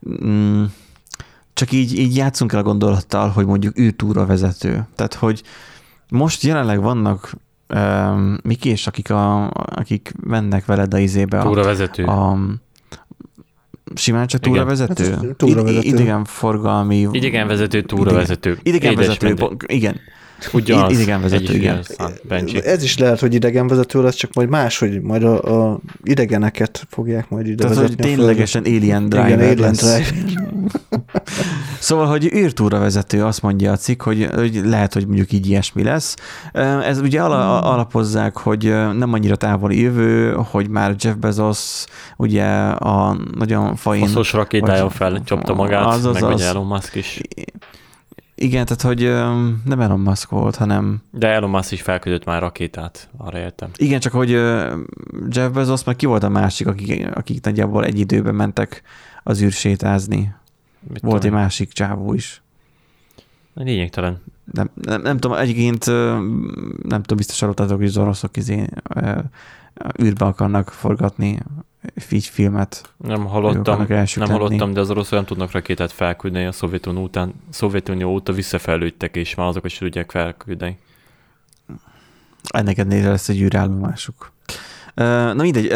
Csak így játszunk el a gondolattal, hogy mondjuk űrtúra vezető. Tehát, hogy most jelenleg vannak mik és akik mennek veled a izébe. Túravezető. Simán csak túravezető? Hát túravezető. Idegenforgalmi. Idegenvezető, túravezető. Idegenvezető, igen. Ugyanaz. Idegenvezető, igen. Ez is lehet, hogy idegenvezető lesz, csak majd máshogy, majd a idegeneket fogják majd ide tehát, vezetni. Tehát, hogy ténylegesen alien driver igen, lesz. Alien driver. Szóval, hogy űrtúravezető, azt mondja a cikk, hogy lehet, hogy mondjuk így ilyesmi lesz. Ez ugye alapozzák, hogy nem annyira távoli jövő, hogy már Jeff Bezos ugye a nagyon fain... Faszos rakétája felcsapta magát, meg vagy Elon Musk is. Igen, tehát, hogy nem Elon Musk volt, hanem... De Elon Musk is felküldött már rakétát, arra értem. Igen, csak hogy Jeff Bezos, meg ki volt a másik, akik nagyjából egy időben mentek az űrsétázni. Volt egy másik csávó is. Lényegtelen. Nem tudom, egyébként nem tudom, biztos hallottatok, hogy az oroszok űrbe akarnak forgatni filmet. Nem hallottam, de az oroszok nem tudnak rakétát felküldeni, a Szovjetunió óta visszafelődtek, és már azok is tudják felküldeni. Ennek ennél lesz egy űrállomásuk. Na mindegy,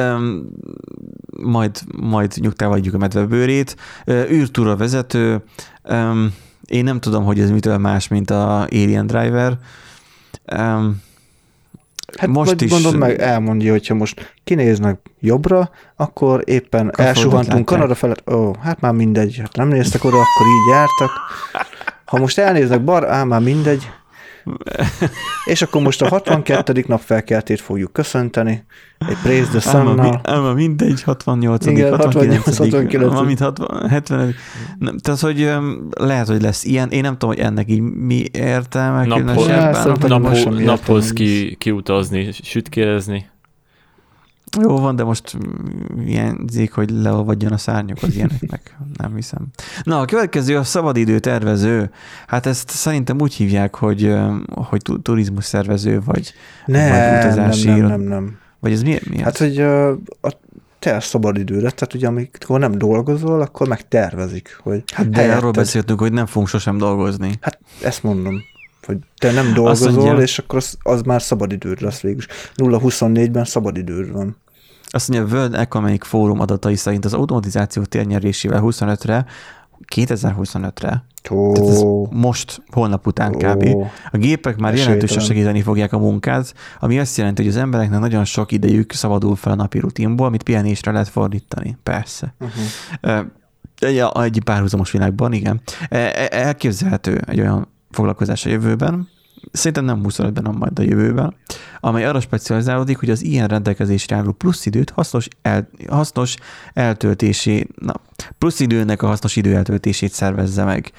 majd nyugtával adjuk a medvebőrét. Űrtúra vezető, én nem tudom, hogy ez mitől más, mint a Alien Driver. Hát most is mondom meg, elmondja, hogyha most kinéznek jobbra, akkor éppen elsuhantunk Kanada felett. Hát már mindegy, hát nem néztek oda, akkor így jártak. Ha most elnéznek már mindegy. És akkor most a 62. nap felkeltét fogjuk köszönteni. Egy Praise the Sun-nal. Ám mindegy, 68. Igen, 69. Valamint 70. Tehát, hogy lehet, hogy lesz ilyen. Én nem tudom, hogy ennek így mi értelme különösebben. Naphoz kiutazni, sütkérezni. Jó van, de most ilyen zik, hogy leolvadjon a szárnyok az ilyeneknek. Nem hiszem. Na, a következő a szabadidő tervező. Hát ezt szerintem úgy hívják, hogy turizmus szervező, vagy utazási. Nem. Vagy ez mi? Hát, hogy te szabadidőre, tehát ugye amikor nem dolgozol, akkor megtervezik, hogy hát de arról beszéltünk, hogy nem fogunk sosem dolgozni. Hát ezt mondom, hogy te nem dolgozol, és akkor az már szabadidőd lesz végül. 0-24-ben szabadidőd van. Azt mondja, a World Economic Forum adatai szerint az automatizáció térnyerésével 2025-re, most, holnap után kb. A gépek már jelentősen segíteni fogják a munkát, ami azt jelenti, hogy az embereknek nagyon sok idejük szabadul fel a napi rutinból, amit pihenésre lehet fordítani. Persze. Egy párhuzamos világban, igen. Elképzelhető egy olyan foglalkozás a jövőben, szerintem nem 25-ben, hanem majd a jövőben, amely arra specializálódik, hogy az ilyen rendelkezésre álló plusz időt hasznos plusz időnek a hasznos idő eltöltését szervezze meg.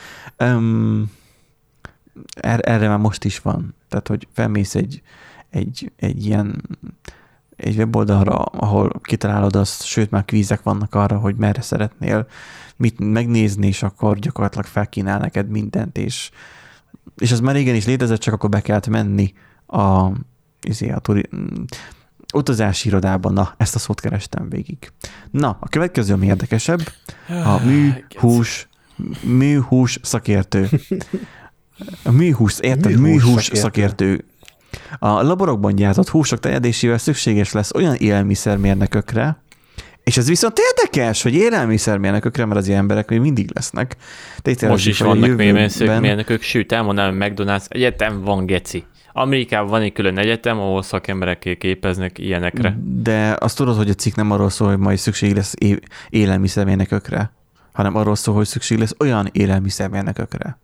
Erre már most is van. Tehát, hogy felmész egy ilyen egy weboldalra, ahol kitalálod azt, sőt már kvízek vannak arra, hogy merre szeretnél mit megnézni, és akkor gyakorlatilag felkínál neked mindent, és az már régen is létezett, csak akkor be kellett menni Utazási irodában, na, ezt a szót kerestem végig. Na, a következő, ami érdekesebb, a műhús szakértő. A műhús, érted? Műhús szakértő. A laborokban gyártott húsok terjedésével szükséges lesz olyan élelmiszermérnökökre, és ez viszont érdekes, hogy élelmiszermérnökökre, mert az ilyen emberek még mindig lesznek. Most is vannak mérnökök, sőt, elmondanám, McDonald's egyetem van, geci. Amerikában van egy külön egyetem, ahol szakemberek képeznek ilyenekre. De azt tudod, hogy a cikk nem arról szól, hogy majd szükség lesz élelmiszermérnökökre, hanem arról szól, hogy szükség lesz olyan élelmiszermérnökökre.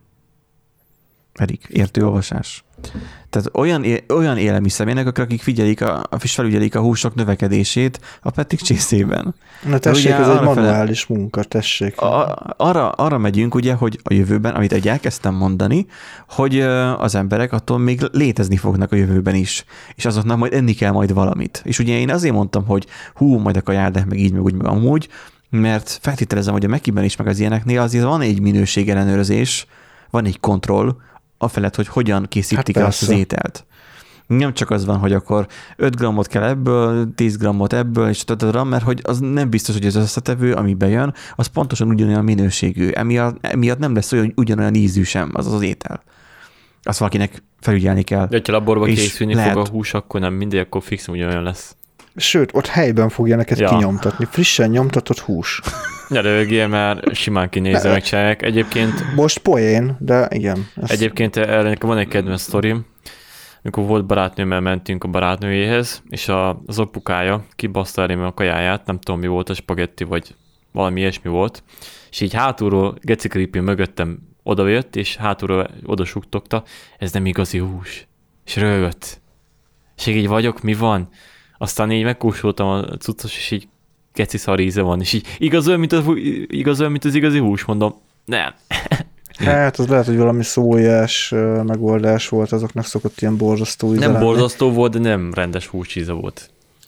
Pedig értő olvasás. Tehát olyan élelmiszermérnökökre, akik felügyelik a húsok növekedését a Petrik csészében. Na tessék, ez egy manuális munka, tessék. Arra megyünk, ugye, hogy a jövőben, amit egy elkezdtem mondani, hogy az emberek attól még létezni fognak a jövőben is, és azoknak majd enni kell majd valamit. És ugye én azért mondtam, hogy majd a kajár, meg így, meg úgy, meg amúgy, mert feltételezem, hogy a Mekiben is, meg az ilyeneknél azért van egy minőségellenőrzés, van egy kontroll, afelett, hogy hogyan készítik el azt az ételt. Nem csak az van, hogy akkor 5 grammot kell ebből, 10 grammot ebből, és mert hogy az nem biztos, hogy az összetevő, ami bejön, az pontosan ugyanolyan minőségű. Emiatt nem lesz ugyanolyan ízű sem az étel. Azt valakinek felügyelni kell. De ha laborba készülni fog a hús, akkor nem mindegy, akkor fixen ugyanolyan lesz. Sőt, ott helyben fogja neked kinyomtatni. Frissen nyomtatott hús. Ne rögjél, mert simán kinézve megcsinálják. Egyébként... Most poén, de igen. Egyébként erre van egy kedvenc sztorim. Amikor volt barátnőmmel mentünk a barátnőjéhez, és az apukája kibaszta elém a kajáját, nem tudom mi volt, a spagetti, vagy valami ilyesmi volt, és így hátulról geci creepy mögöttem odajött, és hátulról odasuktogta, ez nem igazi hús. És rögött. És így vagyok, mi van? Aztán így megkóstoltam a cuccos, és így geci szar íze van, és így igaz olyan, mint az igazi hús, mondom, nem. Hát az lehet, hogy valami szójás megoldás volt, azoknak szokott ilyen borzasztó íze. Nem borzasztó volt, de nem rendes húsíze volt.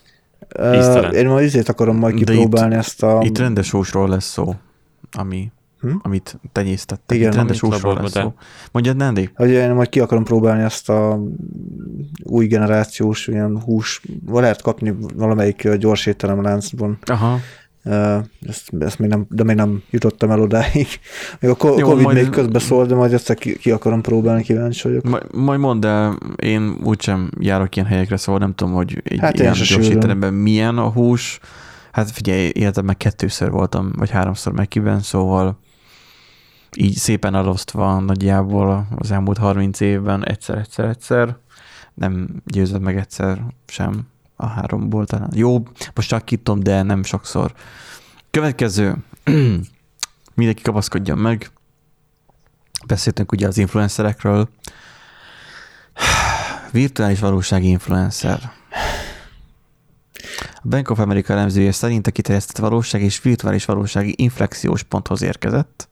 Én majd ízét akarom majd kipróbálni ezt a... Itt rendes húsról lesz szó, amit tenyésztettek. Igen, itt rendes húsról lesz szó. Mondjad, Nandi? Hogy én majd ki akarom próbálni ezt a új generációs ilyen hús, lehet kapni valamelyik gyors étteremláncban. Aha. Ezt még nem jutottam el odáig. Még a Covid még közbeszól, de majd ezt ki akarom próbálni, kíváncsi vagyok. Majd mondd el, én úgysem járok ilyen helyekre, szóval nem tudom, hogy egy ilyen gyors étteremben milyen a hús. Hát figyelj, életemben 2-ször voltam, vagy 3-szor Mekiben, szóval így szépen elosztva nagyjából az elmúlt 30 évben egyszer. Nem győzött meg egyszer sem a 3-ból talán. Jó, most csak kittom, de nem sokszor. Következő. Mindenki kapaszkodjon meg. Beszéltünk ugye az influencerekről. Virtuális valósági influencer. A Bank of America elemzője szerint a kiterjesztett valóság és virtuális valósági inflexiós ponthoz érkezett.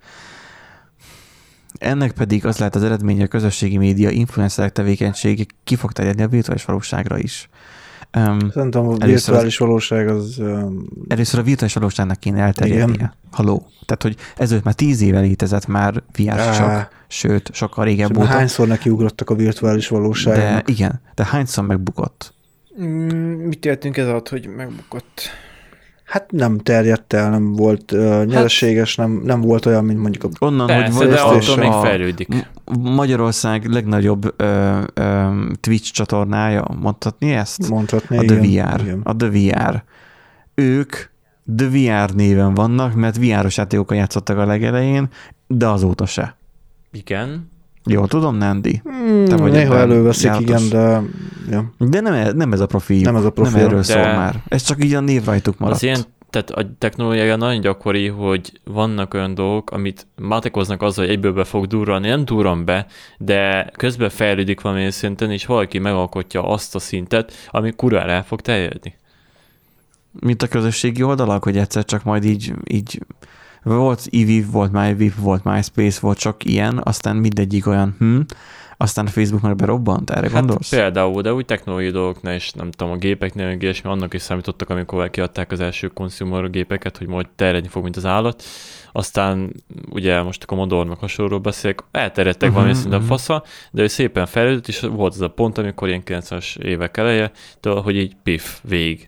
Ennek pedig az lehet az eredménye, hogy a közösségi média influencerek tevékenysége ki fog terjedni a virtuális valóságra is. Szerintem a virtuális valóság az... Először a virtuális valóságnak kéne elterjednie. Halló. Tehát, hogy ezelőtt már 10 éve létezett már VR csak, sőt, sokkal régebb óta. Hányszor nekiugrottak a virtuális valóságnak? De igen, de hányszor megbukott? Mit értünk ez alatt, hogy megbukott? Hát nem terjedt el, nem volt nyereséges, nem volt olyan, mint mondjuk a... Onnan, persze, hogy de attól még fejlődik. Magyarország legnagyobb Twitch csatornája, mondhatni ezt? Mondhatni, a The VR. A The VR. Ők The VR néven vannak, mert VR-os játékokkal játszottak a legelején, de azóta se. Igen. Jól tudom, Nandi? Néha előveszik, igen, de... Ja. De nem ez a profil. Nem erről szól már. Ez csak így a név rajtuk maradt. Az ilyen, tehát a technológia nagyon gyakori, hogy vannak olyan dolgok, amit matekoznak azzal, hogy egyből be fog durrani, nem durran be, de közben fejlődik valamilyen szinten, és valaki megalkotja azt a szintet, ami kurvára el fog terjedni. Mint a közösségi oldalak, hogy egyszer csak majd így volt eViv, volt MyViv, volt MySpace, volt csak ilyen, aztán mindegyik olyan, aztán a Facebook meg berobbant, erre gondolsz? Például, de úgy technológiai dolgoknál is, nem tudom, a gépeknél, meg ilyesmi, annak is számítottak, amikor kiadták az első consumer gépeket, hogy majd terjedni fog, mint az állat. Aztán ugye most a Commodore meg hasonlóról beszélek, elterjedtek valami szinten fasza, de ő szépen fejlődött, és volt az a pont, amikor ilyen 90-es évek eleje, hogy így végig.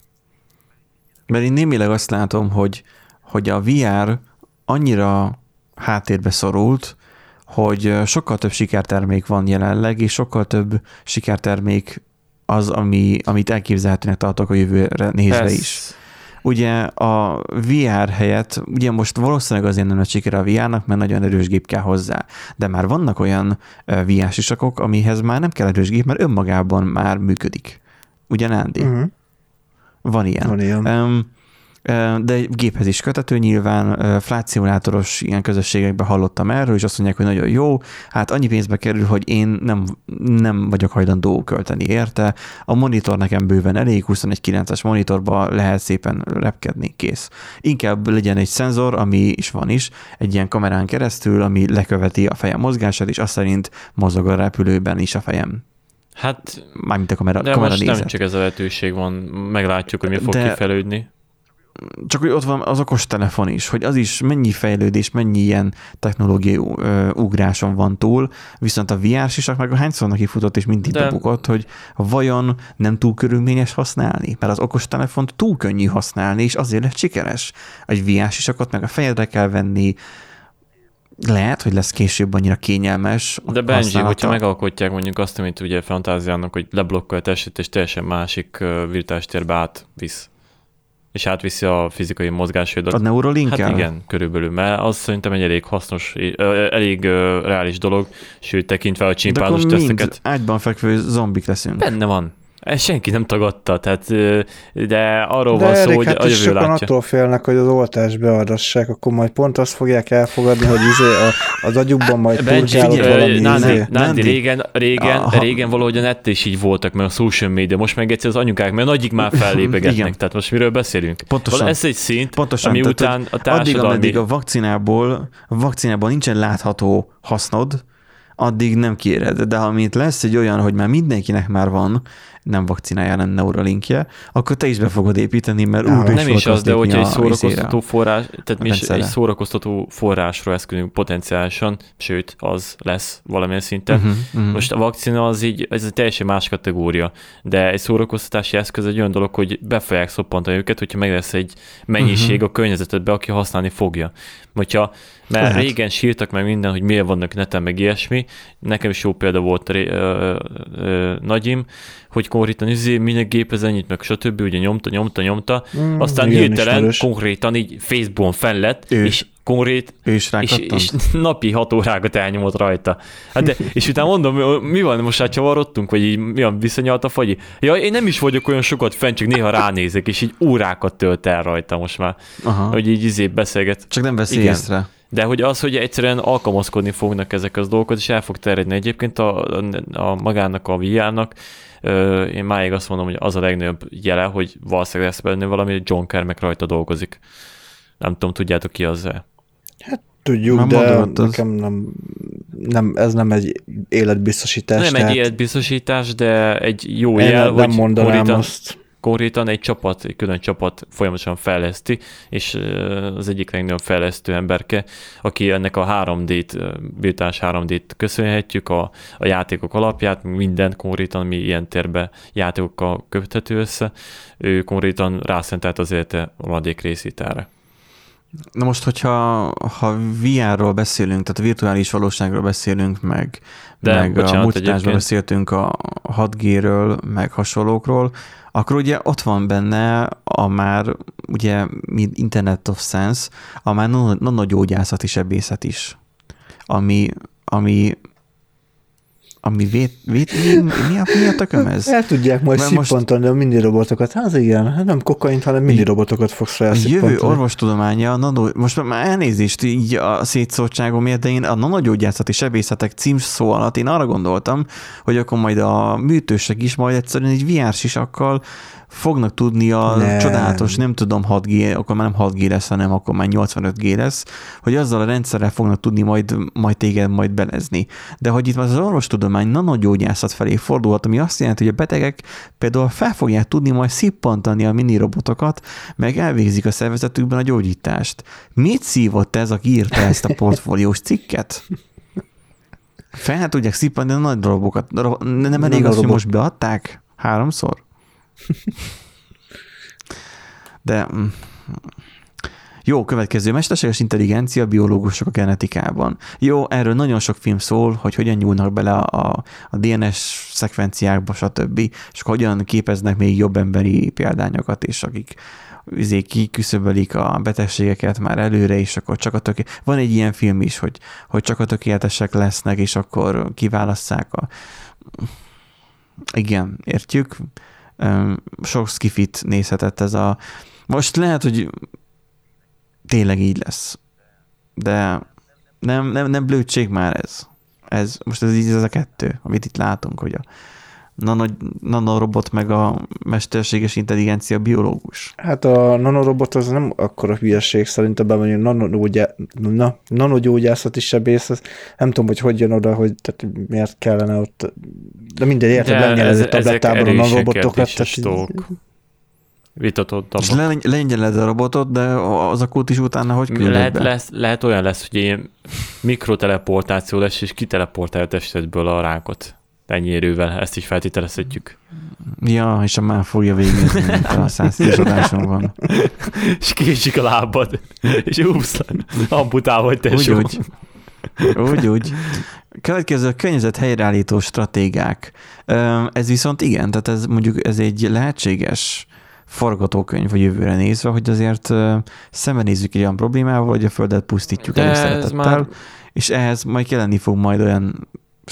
Mert én némileg azt látom, hogy a VR annyira háttérbe szorult, hogy sokkal több sikertermék van jelenleg, és sokkal több sikertermék az, amit elképzelhetőnek tartok a jövőre nézve is. Ugye a VR helyett, ugye most valószínűleg azért nem nagy sikere a VR-nak, mert nagyon erős gép kell hozzá, de már vannak olyan VR-sisakok, amihez már nem kell erős gép, mert önmagában már működik. Ugye, Nándi? Uh-huh. Van ilyen. Van ilyen. De géphez is kötető nyilván, flight szimulátoros ilyen közösségekben hallottam erről, és azt mondják, hogy nagyon jó, hát annyi pénzbe kerül, hogy én nem vagyok hajlandó költeni érte. A monitor nekem bőven elég, 21.9-es monitorba lehet szépen repkedni, kész. Inkább legyen egy szenzor, ami is van is, egy ilyen kamerán keresztül, ami leköveti a fejem mozgását, és azt szerint mozog a repülőben is a fejem. Hát, mármint a kamera most nézet. nem csak ez a lehetőség van, meglátjuk, hogy mi fog kifejlődni. Csak hogy ott van az okostelefon is, hogy az is mennyi fejlődés, mennyi ilyen technológiai ugráson van túl, viszont a VR-sisak meg a hányszor neki futott és mindig bebukott, hogy vajon nem túl körülményes használni, mert az okostelefont túl könnyű használni, és azért lett sikeres. Egy VR-sisakot meg a fejedre kell venni, lehet, hogy lesz később annyira kényelmes. De Benji, hogyha megalkotják mondjuk azt, amit ugye fantáziának, hogy leblokkol a testet, és teljesen másik virtuális térbe átvisz. És átviszi a fizikai mozgásodat. A Neuralink-el? Hát igen, körülbelül, mert az szerintem egy elég hasznos, elég reális dolog, sőt tekintve a csimpánzos teszteket. De akkor mind ágyban fekvő zombik leszünk. Benne van. Ezt senki nem tagadta, tehát, de arról van szó, hogy a jövő látja. Attól félnek, hogy az oltást beadassák, akkor majd pont azt fogják elfogadni, hogy az agyukban majd turkálod valami. Nándi, régen valahogy a net is így voltak, mert a social media, most meg egyszer az anyukák, mert nagyik már fellépegetnek, tehát most miről beszélünk? Pontosan. Ez egy szint, pontosan, ami után a társadalmi... Addig, a vakcinából nincsen látható hasznod, addig nem kéred, de amint lesz egy olyan, hogy már mindenkinek már van, nem vakcinája, hanem Neuralinkje, akkor te is be fogod építeni, mert nem is az, de hogyha egy szórakoztató forrás, tehát mi is egy szórakoztató forrásról eszkülünk potenciálisan, sőt, az lesz valamilyen szinten. Most a vakcina az így, ez egy teljesen más kategória, de egy szórakoztatási eszköz egy olyan dolog, hogy be fogják szoppantani őket, hogyha meg lesz egy mennyiség a környezetedbe, aki használni fogja. Mert régen sírtak meg minden, hogy miért vannak neten, meg ilyesmi. Nekem is jó példa volt nagyim, hogy konkrétan minden gépez ennyit, meg stb. Ugye nyomta. Aztán hirtelen konkrétan így Facebookon fenn lett, és és napi 6 órákat elnyomott rajta. Hát és utána mondom, mi van, most hát csavarodtunk, vagy így mi van, visszanyalt a fagyi? Ja, én nem is vagyok olyan sokat fent, csak néha ránézek, és így órákat tölt el rajta most már, hogy így beszélget. Csak nem veszi észre. De hogy az, hogy egyszerűen alkalmazkodni fognak ezek az dolgokat, és el fog terjedni. Egyébként a magának, a VR-nak, én máig azt mondom, hogy az a legnagyobb jele, hogy valószínűleg lesz benne valami, John Carmack rajta dolgozik. Nem tudom, tudjátok ki az-e? Hát tudjuk, már de nekem nem, ez nem egy életbiztosítás. Nem egy életbiztosítás, de egy jó jel, hogy nem mondanám azt. Konkrétan egy külön csapat folyamatosan fejleszti, és az egyik legnagyobb fejlesztő emberke, aki ennek a 3D-t, virtuális 3D-t köszönhetjük, a játékok alapját, minden konkrétan, mi ilyen térbe játékokkal köthető össze, ő konkrétan rászentelt az élete a maradék részét erre. Na most, hogyha VR-ról beszélünk, tehát a virtuális valóságról beszélünk, meg a multitásról beszéltünk a 6G-ről, meg hasonlókról, akkor ugye ott van benne a már ugye Internet of Sense, a már nanogyógyászati sebészet is, ami mi a tököm ez? El tudják majd szippantani a mini-robotokat. Hát igen, nem kokaint, hanem mini-robotokat fogsz elszippantani. Jövő orvostudománya, most már elnézést így a szétszórtságomért, de én a nanogyógyászati sebészetek címszó alatt én arra gondoltam, hogy akkor majd a műtősek is majd egyszerűen egy VR-sisakkal fognak tudni a csodálatos, nem tudom, 6G, akkor már nem 6G lesz, hanem akkor már 85G lesz, hogy azzal a rendszerrel fognak tudni majd téged majd belezni. De hogy itt az orvostudomány nanogyógyászat felé fordulhat, ami azt jelenti, hogy a betegek például fel fogják tudni majd szippantani a mini robotokat, meg elvégzik a szervezetükben a gyógyítást. Mit szívott ez, aki írta ezt a portfóliós cikket? Fel tudják szippantani a nagy darabokat. Nem elég az, hogy most beadták 3-szor? De jó, következő mesterséges intelligencia, biológusok a genetikában. Jó, erről nagyon sok film szól, hogy hogyan nyúlnak bele a DNS szekvenciákba, stb. És hogyan képeznek még jobb emberi példányokat, és akik kiküszöbölik a betegségeket már előre, és akkor csak van egy ilyen film is, hogy csak a tökéletesek lesznek, és akkor kiválasszák Igen, értjük. Sok skifit nézhetett ez a... Most lehet, hogy tényleg így lesz. De nem blödség már ez. Most ez a kettő, amit itt látunk, hogy a nanorobot meg a mesterséges intelligencia biológus. Hát a nanorobot az nem akkora hülyeség, szerintem bemondjuk nanogyógyászati sebész, nem tudom, hogy jön oda, hogy tehát miért kellene ott, de mindegy, érted, lengyelezett tablettában a nanorobotokat. Vitatottabbak. És lengyeled a robotot, de az a kút is utána hogy küldöd be? Lehet olyan lesz, hogy ilyen mikroteleportáció lesz, és kiteleportálja a testedből a rákot. Ennyi erővel, ezt is feltételezhetjük. Ja, és a már fogja végezni, mint a 110 adáson van. És késik a lábad, és úszlan, amputál vagy tesó. Úgy. Következő a környezet helyreállító stratégák. Ez viszont igen, tehát ez egy lehetséges forgatókönyv a jövőre nézve, hogy azért szembenézzük egy olyan problémával, hogy a Földet pusztítjuk előszeretettel, és ehhez majd jelenni fog majd olyan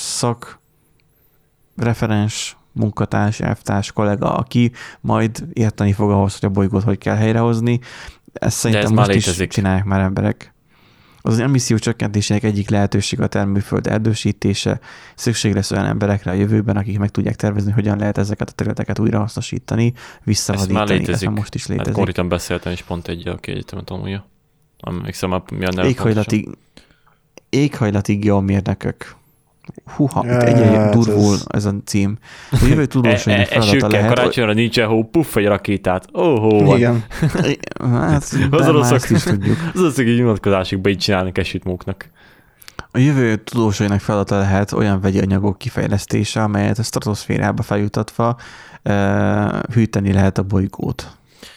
referens, munkatárs, elvtárs, kollega, aki majd érteni fog ahhoz, hogy a bolygót hogy kell helyrehozni. Ezt szerintem most is csinálják már emberek. Az emisszió csökkentésének egyik lehetőség a termőföld erdősítése. Szükség lesz olyan emberekre a jövőben, akik meg tudják tervezni, hogyan lehet ezeket a területeket újrahasznosítani, visszavadítani. Ez már most is létezik. Hát konkrétan beszéltem is pont egy, aki egyetemet tanulja. Emlékszem, mi a neve? Éghajlati geomérnökök. Húha, itt egyre durvul ez a cím. A jövő tudósainak feladata lehet... Karácsonyra nincsen hó, puff egy rakétát. Van. Igen. Hát, ezt is tudjuk. Az így unatkozásukban így csinálnak esütmóknak. A jövő tudósainak feladata lehet olyan vegyi anyagok kifejlesztése, amelyet a stratoszférába feljutatva hűteni lehet a bolygót.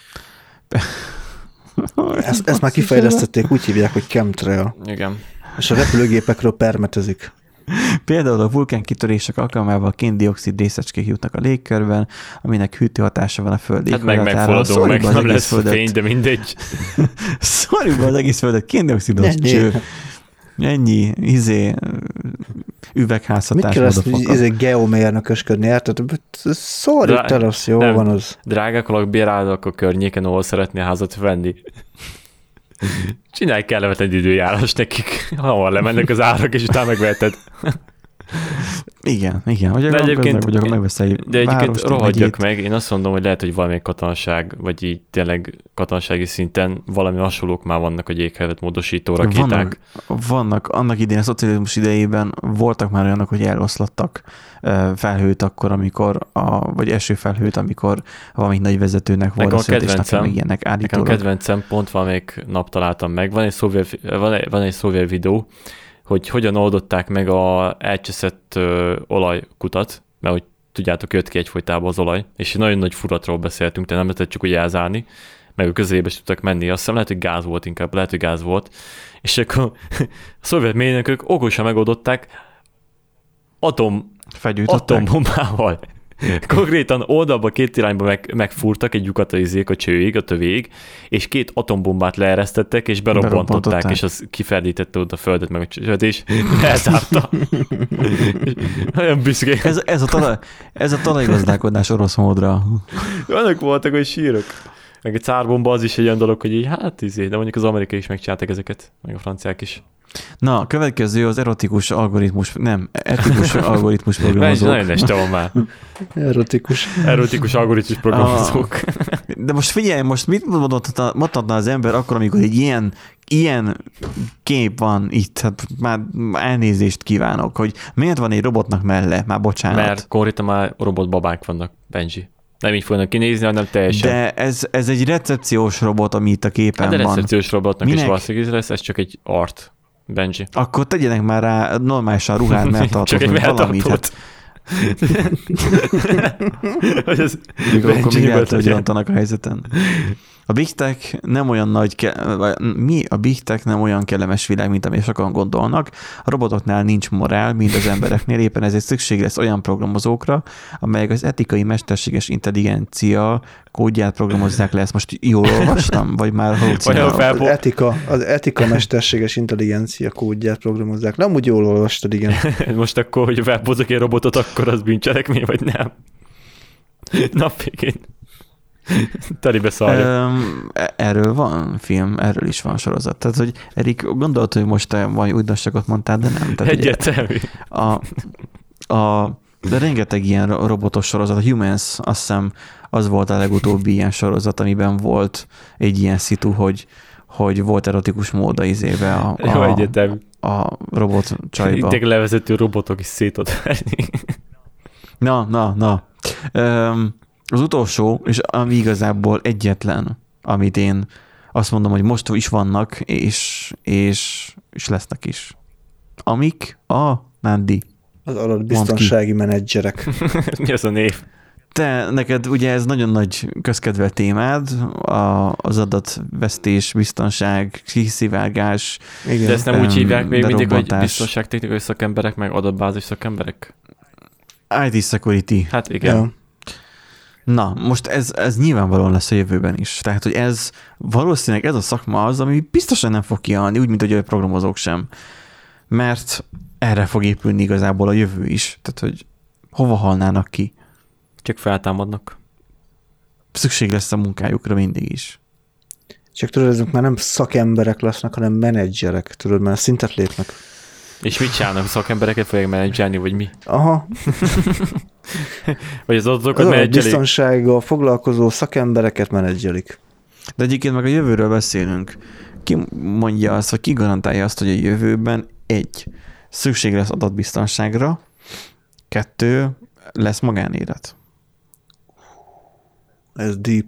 Ezt már kifejlesztették, úgy hívják, hogy chemtrail. Igen. És a repülőgépekről permetezik. Például a vulkánkitörések alkalmával kén-dioxid részecskék jutnak a légkörben, aminek hűtő hatása van a Föld éghajlatára. Hát megfordulunk, nem lesz fény, de mindegy. Szorjuk be az egész Földet, kén-dioxidos cső. Ennyi, üvegházhatás. Mit kell ezt geomérnökösködni, érted? Szorjuk telasz, jó van az. Drágák alak bérálnak a környéken, ahol szeretné házat venni. Csinálj kellemetlen időjárás nekik, hamar lemennek az árak, és utána megveheted. Igen. Hogy egyébként megveszel de egyébként rohadjak meg, én azt mondom, hogy lehet, hogy valamelyik katonaság, vagy így tényleg katonasági szinten valami hasonlók már vannak, hogy éghajlatmódosító rakéták. Vannak, annak idején, a szocializmus idejében voltak már olyanok, hogy eloszlattak felhőt akkor, vagy esőfelhőt, amikor valami nagy vezetőnek volt a születésnapja, meg ilyenek állítólag. Nekem a kedvencem, pont valamelyik nap találtam meg, van egy szovjet videó, hogy hogyan oldották meg a elcseszett olajkutat, mert hogy tudjátok, jött ki egyfolytában az olaj, és nagyon nagy furatról beszéltünk, de nem lehetett csak úgy elzárni, meg a közelébe is tudtak menni. Azt hiszem lehet, hogy gáz volt inkább, lehet, hogy gáz volt. És akkor a szovjet mérnökök okosan megoldották atombombával. Konkrétan oldalba két irányba megfúrtak egy lyukat a csőig, a tövéig, és 2 atombombát leeresztettek, és berobbantották, és az kiferdítette oda a Földet, meg a csőt, és elzárta. Olyan büszke. Ez a talajgazdálkodás orosz módra. Önök voltak, hogy sírok. Meg egy cárbomba az is egy olyan dolog, hogy így, hát de mondjuk az amerikai is megcsináltak ezeket, meg a franciák is. Na, a következő az etikus algoritmus programozók. Nagyon este már. Erotikus algoritmus programozók. De most figyelj, most mit mondhatna az ember akkor, amikor egy ilyen kép van itt, hát már elnézést kívánok, hogy miért van egy robotnak melle, már bocsánat. Mert konkrétan már robotbabák vannak, Benji. Nem így fognak kinézni, hanem teljesen. De ez egy recepciós robot, ami itt a képen van. De recepciós robotnak is valószínűleg lesz, ez csak egy art, Benji. Akkor tegyenek már rá normálisan ruhát, melltartót, csak egy melltartót. Hogy ez akkor még lehet, hogy rontanak a helyzeten. A Big Tech nem olyan a Big Tech nem olyan kellemes világ, mint amire sokan gondolnak. A robotoknál nincs morál, mint az embereknél, éppen ezért szükség lesz olyan programozókra, amelyek az etikai mesterséges intelligencia kódját programozzák le. Ezt most jól olvastam? Vagy már az etika mesterséges intelligencia kódját programozzák le. Amúgy jól olvastad, igen. Most akkor, hogy felbozok egy robotot, akkor az bűncselekmény, vagy nem? Napvégén. Telibe szarja. Erről van film, erről is van sorozat. Tehát, hogy Erik, gondolt, hogy most te vagy újdonságot mondtál, de nem. Egyértelmű. De rengeteg ilyen robotos sorozat, a Humans, azt hiszem, az volt a legutóbbi ilyen sorozat, amiben volt egy ilyen szitu, hogy volt erotikus móda izébe a robot csajba. Itt levezető robotok is szétot verni. Na. Az utolsó, és ami igazából egyetlen, amit én azt mondom, hogy most is vannak, és lesznek is. Amik Nándi. Az adatbiztonsági menedzserek. Mi az a név? Te, neked ugye ez nagyon nagy közkedvelt témád, az adatvesztés, biztonság, kiszivárgás. De ezt nem úgy hívják még mindig, hogy biztonságtechnikai szakemberek, meg adatbázis szakemberek? IT security. Hát igen. Ja. Na, most ez nyilvánvalóan lesz a jövőben is. Tehát, hogy ez valószínűleg ez a szakma az, ami biztosan nem fog kihalni, úgy, mint hogy a programozók sem. Mert erre fog épülni igazából a jövő is. Tehát, hogy hova halnának ki? Csak feltámadnak. Szükség lesz a munkájukra mindig is. Csak tudod, ezek már nem szakemberek lesznek, hanem menedzserek, tudod, már szintet lépnek. És mit csinálnak? Szakembereket fogják menedzselni, vagy mi? Aha. Vagy az adatokat menedzselik? Biztonsággal foglalkozó szakembereket menedzselik. De egyébként meg a jövőről beszélünk. Ki mondja azt, vagy ki garantálja azt, hogy a jövőben 1. Szükség lesz adatbiztonságra, 2. lesz magánélet. Ez deep.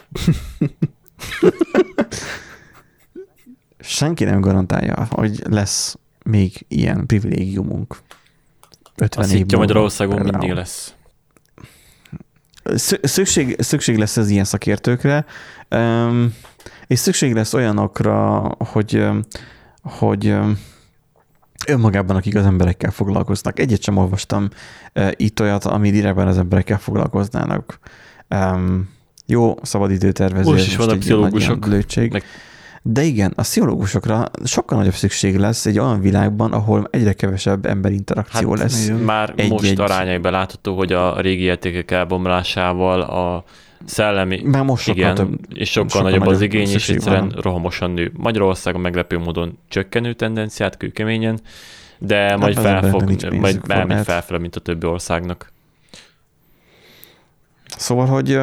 Senki nem garantálja, hogy lesz még ilyen privilégiumunk. 50 év múlva. Magyarországon mindig lesz. Szükség lesz az ilyen szakértőkre, és szükség lesz olyanokra, hogy önmagában, akik az emberekkel foglalkoznak. Egyet sem olvastam itt olyat, ami direktben az emberekkel foglalkoznának. Jó szabadidőtervező. Most is vannak pszichológusok. De igen, a pszichológusokra sokkal nagyobb szükség lesz egy olyan világban, ahol egyre kevesebb emberinterakció lesz. Már most arányaiban látható, hogy a régi értékek elbomlásával a szellemi, és sokkal nagyobb az igény, és egyszerűen rohamosan nő. Magyarországon meglepő módon csökkenő tendenciát, kőkeményen, de majd elmegy felfele, mint a többi országnak. Szóval, hogy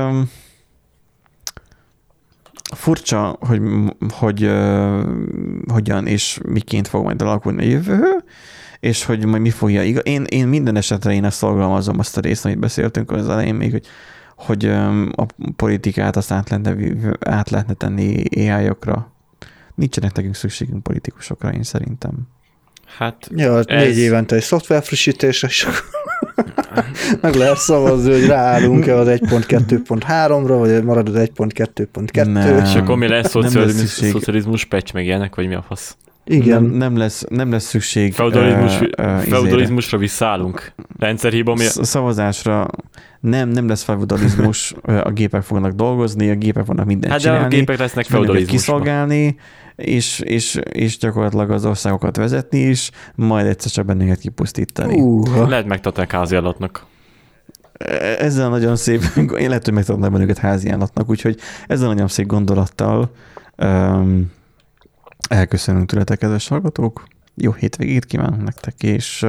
furcsa, hogy hogyan és miként fog majd alakulni a jövő, és hogy majd mi fogja Én minden esetre én ezt szorgalmazom, azt a részt, amit beszéltünk az elején még, hogy a politikát azt át lehetne tenni AI-okra. Nincsenek nekünk szükségünk politikusokra, én szerintem. Hát ja, 4 évente egy szoftverfrissítés, és meg lehet szavazni, hogy ráállunk-e az 1.2.3-ra, vagy marad az 1.2.2. És akkor mi lesz szocializmus patch, meg ilyenek, vagy mi a fasz? Igen. Nem lesz szükség. Feudalizmusra visszaállunk. Rendszerhiba mi? Szavazásra nem lesz feudalizmus, a gépek fognak dolgozni, a gépek fognak mindent csinálni. De a gépek lesznek feudalizmusban. Kiszolgálni, és gyakorlatilag az országokat vezetni is, majd egyszer csak bennünket kipusztítani. Lehet megtartani háziállatnak. Ezzel nagyon szép, én lehet, hogy megtartani bennünket háziállatnak, úgyhogy ezzel nagyon szép gondolattal elköszönünk tőletek, kedves hallgatók. jó hétvégét kívánok nektek, és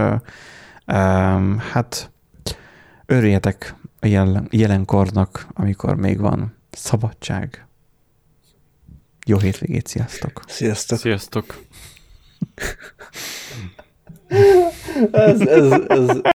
hát örüljetek a jelenkornak, amikor még van szabadság. Jó hétvégét, sziasztok! Sziasztok! Sziasztok! Ez